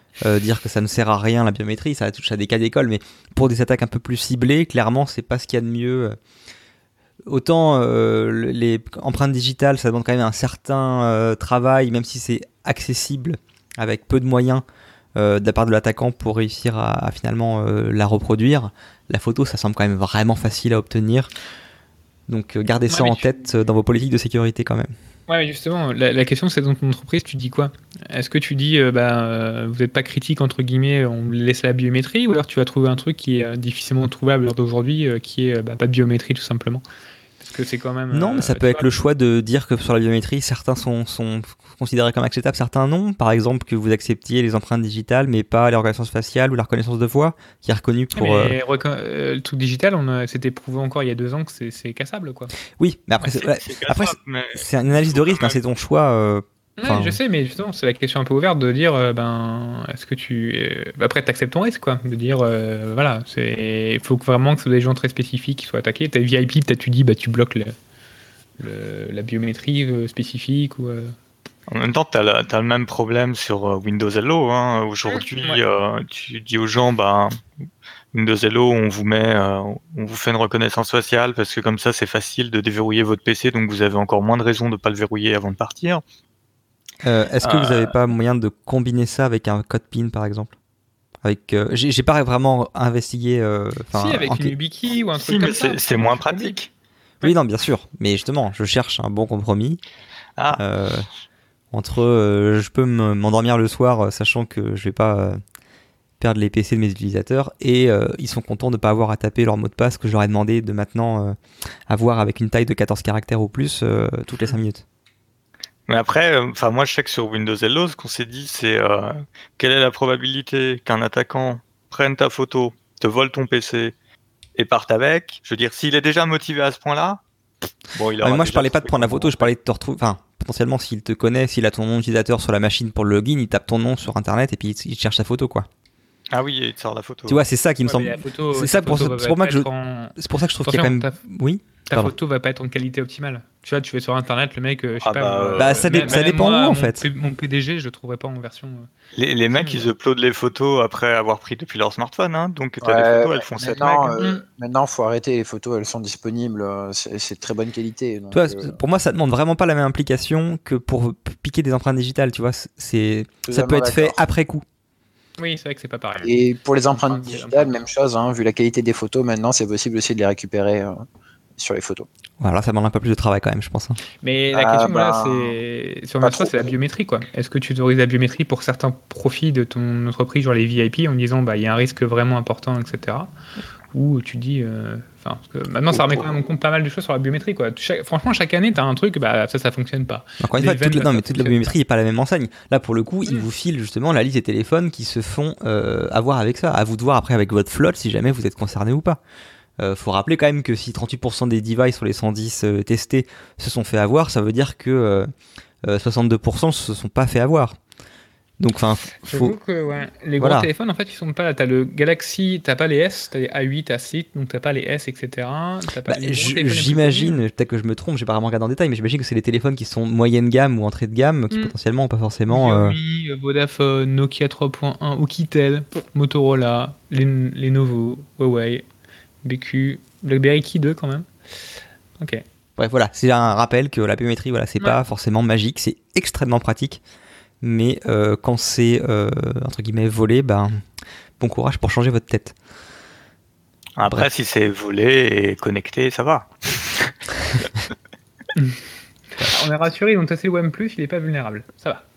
dire que ça ne sert à rien la biométrie, ça touche à des cas d'école, mais pour des attaques un peu plus ciblées, clairement, c'est pas ce qu'il y a de mieux. Autant les empreintes digitales, ça demande quand même un certain travail, même si c'est accessible avec peu de moyens de la part de l'attaquant pour réussir à finalement la reproduire. La photo, ça semble quand même vraiment facile à obtenir. Donc gardez ça en tête dans vos politiques de sécurité quand même. Ouais, mais justement, la question c'est dans ton entreprise, tu dis quoi? Est-ce que tu dis vous n'êtes pas critique entre guillemets, on laisse la biométrie, ou alors tu vas trouver un truc qui est difficilement trouvable à l'heure d'aujourd'hui, qui est pas de biométrie tout simplement? Parce que c'est quand même. Non, mais ça peut être le choix de dire que sur la biométrie, certains sont considérés comme acceptables, certains non. Par exemple, que vous acceptiez les empreintes digitales, mais pas la reconnaissance faciale ou la reconnaissance de voix, qui est reconnue pour. Mais le truc digital, c'était prouvé encore il y a 2 ans que c'est cassable, quoi. Oui, mais après, c'est une analyse de risque, c'est ton choix. Ouais, je sais, mais justement, c'est la question un peu ouverte de dire, est-ce que après, t'acceptes ton risque, quoi. De dire, voilà, il faut vraiment que ce soit des gens très spécifiques qui soient attaqués. T'as VIP, peut-être tu dis, tu bloques la biométrie spécifique ou. En même temps, t'as le même problème sur Windows Hello. Hein. Aujourd'hui, tu dis aux gens, Windows Hello, on vous fait une reconnaissance faciale parce que comme ça, c'est facile de déverrouiller votre PC, donc vous avez encore moins de raisons de pas le verrouiller avant de partir. Est-ce que vous n'avez pas moyen de combiner ça avec un code PIN par exemple? J'ai pas vraiment investigué. Si, avec une YubiKey ou un truc comme ça. C'est moins pratique. Oui, non, bien sûr. Mais justement, je cherche un bon compromis. Entre je peux m'endormir le soir sachant que je vais pas perdre les PC de mes utilisateurs et ils sont contents de ne pas avoir à taper leur mot de passe que je leur ai demandé de maintenant avoir avec une taille de 14 caractères ou plus toutes les 5 minutes. Mais après, moi je sais que sur Windows Hello, ce qu'on s'est dit, c'est quelle est la probabilité qu'un attaquant prenne ta photo, te vole ton PC et parte avec. Je veux dire, s'il est déjà motivé à ce point-là, il aura. Moi je parlais pas de prendre la photo, je parlais de te retrouver. Enfin, potentiellement, s'il te connaît, s'il a ton nom d'utilisateur sur la machine pour le login, il tape ton nom sur internet et puis il cherche ta photo, quoi. Ah oui, il te sort la photo. Tu vois, c'est ça qui me semble. C'est ça pour ça que c'est pour ça que je trouve qu'il y a quand même. Oui. Ta photo va pas être en qualité optimale. Tu vois, tu vas sur internet, le mec, ça dépend où en fait. Mon PDG, je le trouverai pas en version. Les mecs, ils uploadent les photos après avoir pris depuis leur smartphone, hein. Donc t'as des photos, elles font 7 mecs. Maintenant, faut arrêter, les photos, elles sont disponibles, c'est de très bonne qualité. Donc, toi, pour moi, ça demande vraiment pas la même implication que pour piquer des empreintes digitales. Tu vois, ça peut être fait après coup. Oui, c'est vrai que c'est pas pareil. Et pour les empreintes digitales, même chose, hein, vu la qualité des photos, maintenant c'est possible aussi de les récupérer sur les photos. Voilà, ça demande un peu plus de travail quand même, je pense. Hein. Mais la question là, c'est la biométrie, quoi. Est-ce que tu autorises la biométrie pour certains profils de ton entreprise, genre les VIP, en disant il y a un risque vraiment important, etc. Ou tu dis, parce que maintenant ça remet quand même en compte pas mal de choses sur la biométrie, quoi. Franchement, chaque année, t'as un truc, ça fonctionne pas. Encore une fois, toute la biométrie n'est pas la même enseigne. Là, pour le coup, ils vous filent justement la liste des téléphones qui se font avoir avec ça. À vous de voir après avec votre flotte si jamais vous êtes concerné ou pas. Faut rappeler quand même que si 38% des devices sur les 110 testés se sont fait avoir, ça veut dire que 62% se sont pas fait avoir. Donc, j'avoue que les gros téléphones, en fait, ils sont pas là. T'as le Galaxy, t'as pas les S, t'as les A8, A6, donc t'as pas les S, etc. J'imagine, peut-être que je me trompe, j'ai pas vraiment regardé en détail, mais j'imagine que c'est les téléphones qui sont moyenne gamme ou entrée de gamme, qui potentiellement ont pas forcément. Xiaomi, Vodafone, Nokia 3.1, Oukitel, Motorola, Lenovo, Huawei, BQ, BlackBerry Key 2 quand même. Ok. Bref, voilà, c'est un rappel que la biométrie, c'est pas forcément magique, c'est extrêmement pratique. Mais quand c'est entre guillemets volé, bon courage pour changer votre tête. Après, si c'est volé et connecté, ça va. On est rassuré, ils ont testé le OnePlus, il n'est pas vulnérable. Ça va.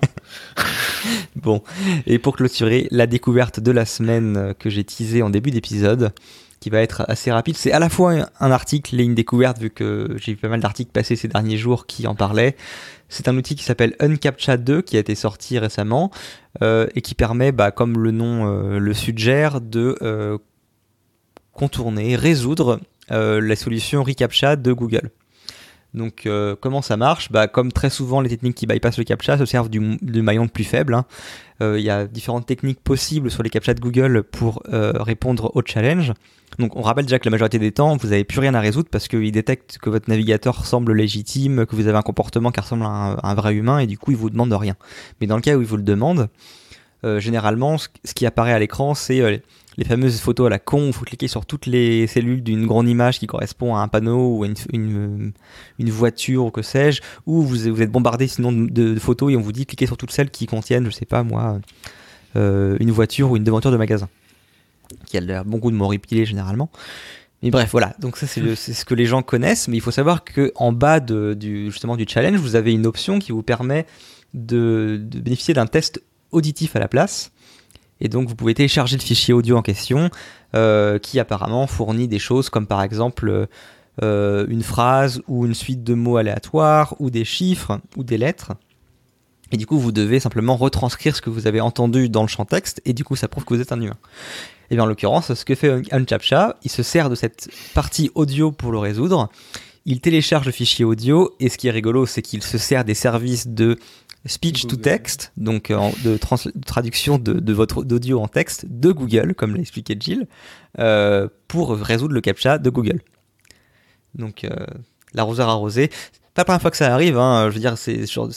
Bon, et pour clôturer, la découverte de la semaine que j'ai teasée en début d'épisode, qui va être assez rapide. C'est à la fois un article et une découverte, vu que j'ai vu pas mal d'articles passer ces derniers jours qui en parlaient. C'est un outil qui s'appelle UnCAPTCHA 2, qui a été sorti récemment, et qui permet, comme le nom le suggère, de contourner, résoudre la solution reCAPTCHA de Google. Donc comment ça marche ? Comme très souvent les techniques qui bypassent le CAPTCHA se servent du maillon le plus faible. Il y a différentes techniques possibles sur les CAPTCHA de Google pour répondre au challenge. Donc on rappelle déjà que la majorité des temps, vous n'avez plus rien à résoudre parce qu'il détecte que votre navigateur semble légitime, que vous avez un comportement qui ressemble à un vrai humain et du coup il vous demande rien. Mais dans le cas où il vous le demande, généralement, ce qui apparaît à l'écran, c'est les fameuses photos à la con où il faut cliquer sur toutes les cellules d'une grande image qui correspond à un panneau ou à une voiture ou que sais-je, ou vous êtes bombardé sinon de photos et on vous dit cliquez sur toutes celles qui contiennent, je sais pas moi, une voiture ou une devanture de magasin, qui a l'air beaucoup de m'horripiler généralement. Mais bref, voilà, donc ça c'est ce que les gens connaissent, mais il faut savoir qu'en bas justement du challenge, vous avez une option qui vous permet de bénéficier d'un test auditif à la place. Et donc vous pouvez télécharger le fichier audio en question qui apparemment fournit des choses comme par exemple une phrase ou une suite de mots aléatoires ou des chiffres ou des lettres. Et du coup vous devez simplement retranscrire ce que vous avez entendu dans le champ texte et du coup ça prouve que vous êtes un humain. Et bien en l'occurrence ce que fait Uncaptcha, il se sert de cette partie audio pour le résoudre. Il télécharge le fichier audio et ce qui est rigolo c'est qu'il se sert des services de speech to text, donc de traduction de votre audio en texte de Google, comme l'a expliqué Jill, pour résoudre le CAPTCHA de Google. Donc l'arroseur arrosé, c'est pas la première fois que ça arrive, hein, je veux dire,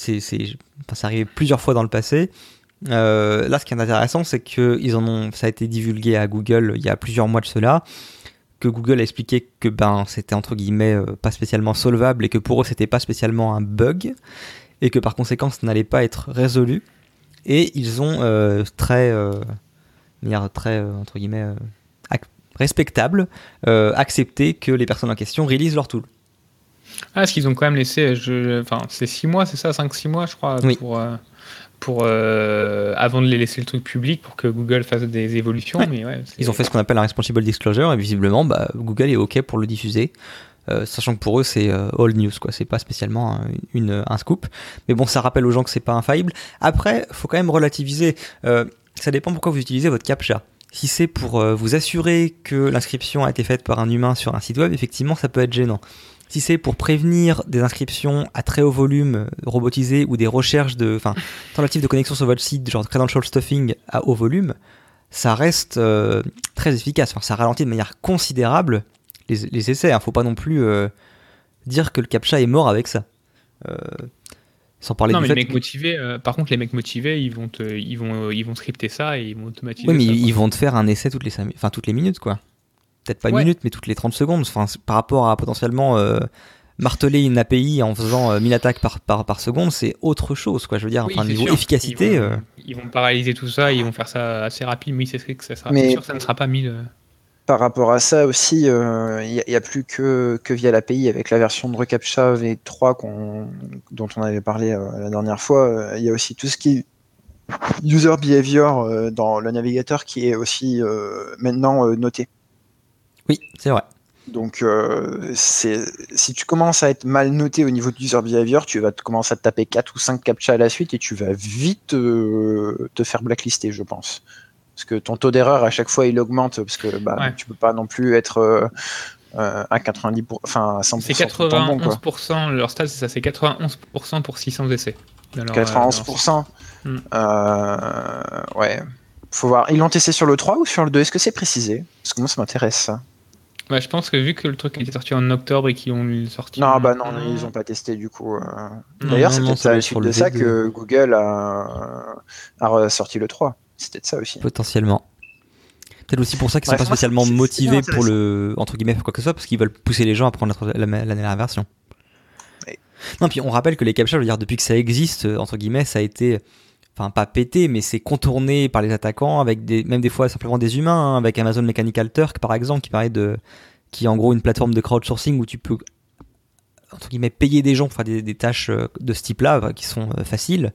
ça arrivé plusieurs fois dans le passé. Là, ce qui est intéressant, c'est que ça a été divulgué à Google il y a plusieurs mois de cela, que Google a expliqué que c'était entre guillemets pas spécialement solvable et que pour eux c'était pas spécialement un bug. Et que par conséquent, ça n'allait pas être résolu. Et ils ont de manière très entre guillemets, respectable, accepté que les personnes en question réalisent leur tool. Ah, parce qu'ils ont quand même laissé, c'est 6 mois, c'est ça, 5-6 mois, je crois, oui. pour avant de les laisser le truc public pour que Google fasse des évolutions. Ouais. Mais ouais, ils ont fait ce qu'on appelle un responsible disclosure, et visiblement, Google est OK pour le diffuser. Sachant que pour eux c'est all news quoi, c'est pas spécialement un scoop, mais bon ça rappelle aux gens que c'est pas infaillible. Après faut quand même relativiser, ça dépend pourquoi vous utilisez votre CAPTCHA. Si c'est pour vous assurer que l'inscription a été faite par un humain sur un site web, effectivement ça peut être gênant. Si c'est pour prévenir des inscriptions à très haut volume robotisées ou des recherches tentatives de connexion sur votre site, genre credential stuffing à haut volume, ça reste très efficace, ça ralentit de manière considérable les essais, faut pas non plus dire que le CAPTCHA est mort avec ça. Sans parler non, du mais fait les mecs motivés, par contre, les mecs motivés, ils vont scripter ça et ils vont automatiser. Oui, mais ça, ils vont te faire un essai toutes les minutes, quoi. Peut-être pas une minute, mais toutes les 30 secondes. Par rapport à potentiellement marteler une API en faisant 1000 attaques par seconde, c'est autre chose, quoi. Je veux dire, niveau sûr. Efficacité. Ils vont paralyser tout ça, ils vont faire ça assez rapide, mais c'est sûr que ça ne sera pas 1000. Par rapport à ça aussi, il n'y a plus que via l'API avec la version de reCAPTCHA V3 dont on avait parlé la dernière fois. Il y a aussi tout ce qui est user behavior dans le navigateur qui est aussi maintenant noté. Oui, c'est vrai. Donc si tu commences à être mal noté au niveau de user behavior, tu vas commencer à te taper 4 ou 5 CAPTCHA à la suite et tu vas vite te faire blacklister, je pense. Parce que ton taux d'erreur à chaque fois il augmente parce que tu peux pas non plus être à 90%, à 100%. C'est 91%, leur stat c'est ça, c'est 91% pour 600 essais. 91%. Ouais. Faut voir. Ils l'ont testé sur le 3 ou sur le 2 ? Est-ce que c'est précisé ? Parce que moi ça m'intéresse ça. Je pense que vu que le truc était sorti en octobre et qu'ils ont sorti. Non, ils ont pas testé du coup. D'ailleurs, c'est peut-être à la suite de ça que Google a sorti le 3. C'est peut-être ça aussi. Potentiellement. Peut-être aussi pour ça qu'ils sont pas spécialement motivés pour entre guillemets quoi que ce soit, parce qu'ils veulent pousser les gens à prendre la dernière version. Oui. Non, puis on rappelle que les CAPTCHA, je veux dire, depuis que ça existe, entre guillemets, ça a été, pas pété, mais c'est contourné par les attaquants, avec même des fois simplement des humains, avec Amazon Mechanical Turk par exemple, qui est en gros une plateforme de crowdsourcing où tu peux, entre guillemets, payer des gens pour faire des tâches de ce type-là, qui sont faciles.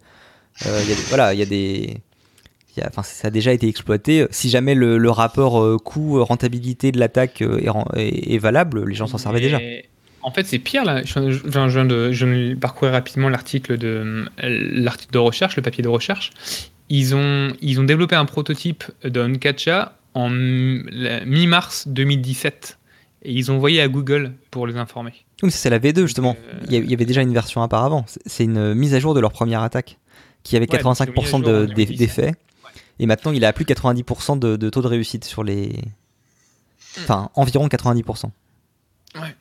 Ça a déjà été exploité. Si jamais le rapport coût-rentabilité de l'attaque est valable, les gens s'en servaient déjà. En fait, c'est pire. Là. Je viens de parcourir rapidement l'article de recherche, le papier de recherche. Ils ont développé un prototype d'un CAPTCHA en mi-mars 2017. Et ils ont envoyé à Google pour les informer. Oui, c'est la V2, justement. Il y avait déjà une version auparavant. C'est une mise à jour de leur première attaque, qui avait 85% d'effets. Et maintenant, il a plus de 90% de taux de réussite sur les... environ 90%. Ouais.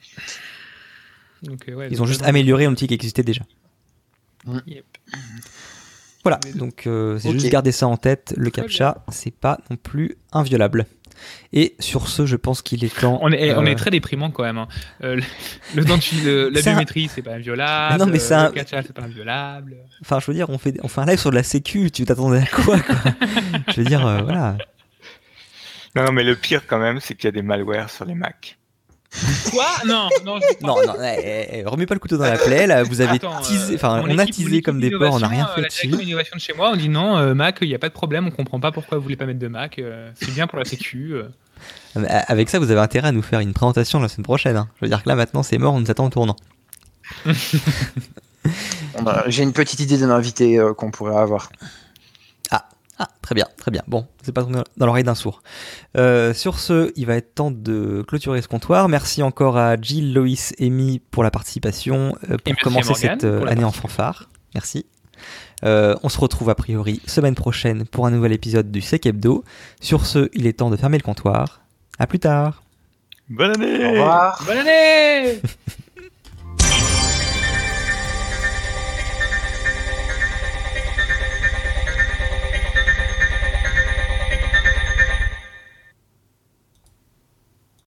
Donc, ils ont juste amélioré un outil qui existait déjà. Yep. Voilà, donc c'est Ok. juste garder ça en tête. Le Très CAPTCHA, c'est pas non plus inviolable. Et sur ce, je pense qu'il est temps. On est très déprimant quand même. Hein. La Ça- biométrie, c'est pas inviolable. Mais non, mais ça- Le CAPTCHA, c'est pas inviolable. Enfin, je veux dire, on fait un live sur de la sécu. Tu t'attendais à quoi, quoi Je veux dire, voilà. Non, mais le pire quand même, c'est qu'il y a des malwares sur les Mac. Quoi? Non. Non, remets pas le couteau dans la plaie. Là, vous avez Attends, teasé. Enfin, mon on a équipe- teasé mon équipe comme des porcs. On n'a rien d'innovation, fait La dessus. direction d'innovation de chez moi, on dit non, Mac, il n'y a pas de problème, on comprend pas pourquoi vous voulez pas mettre de Mac. C'est bien pour la sécu. Avec ça, vous avez intérêt à nous faire une présentation la semaine prochaine. Hein. Je veux dire que là, maintenant, c'est mort. On nous attend au tournant. J'ai une petite idée d'un invité qu'on pourrait avoir. Ah, très bien. Bon, c'est pas tombé dans l'oreille d'un sourd. Sur ce, il va être temps de clôturer ce comptoir. Merci encore à Jill, Loïs, Amy pour la participation, pour merci à commencer Morgane cette pour la année en fanfare. Merci. On se retrouve a priori semaine prochaine pour un nouvel épisode du Sec Hebdo. Sur ce, il est temps de fermer le comptoir. À plus tard. Bonne année! Au revoir. Bonne année!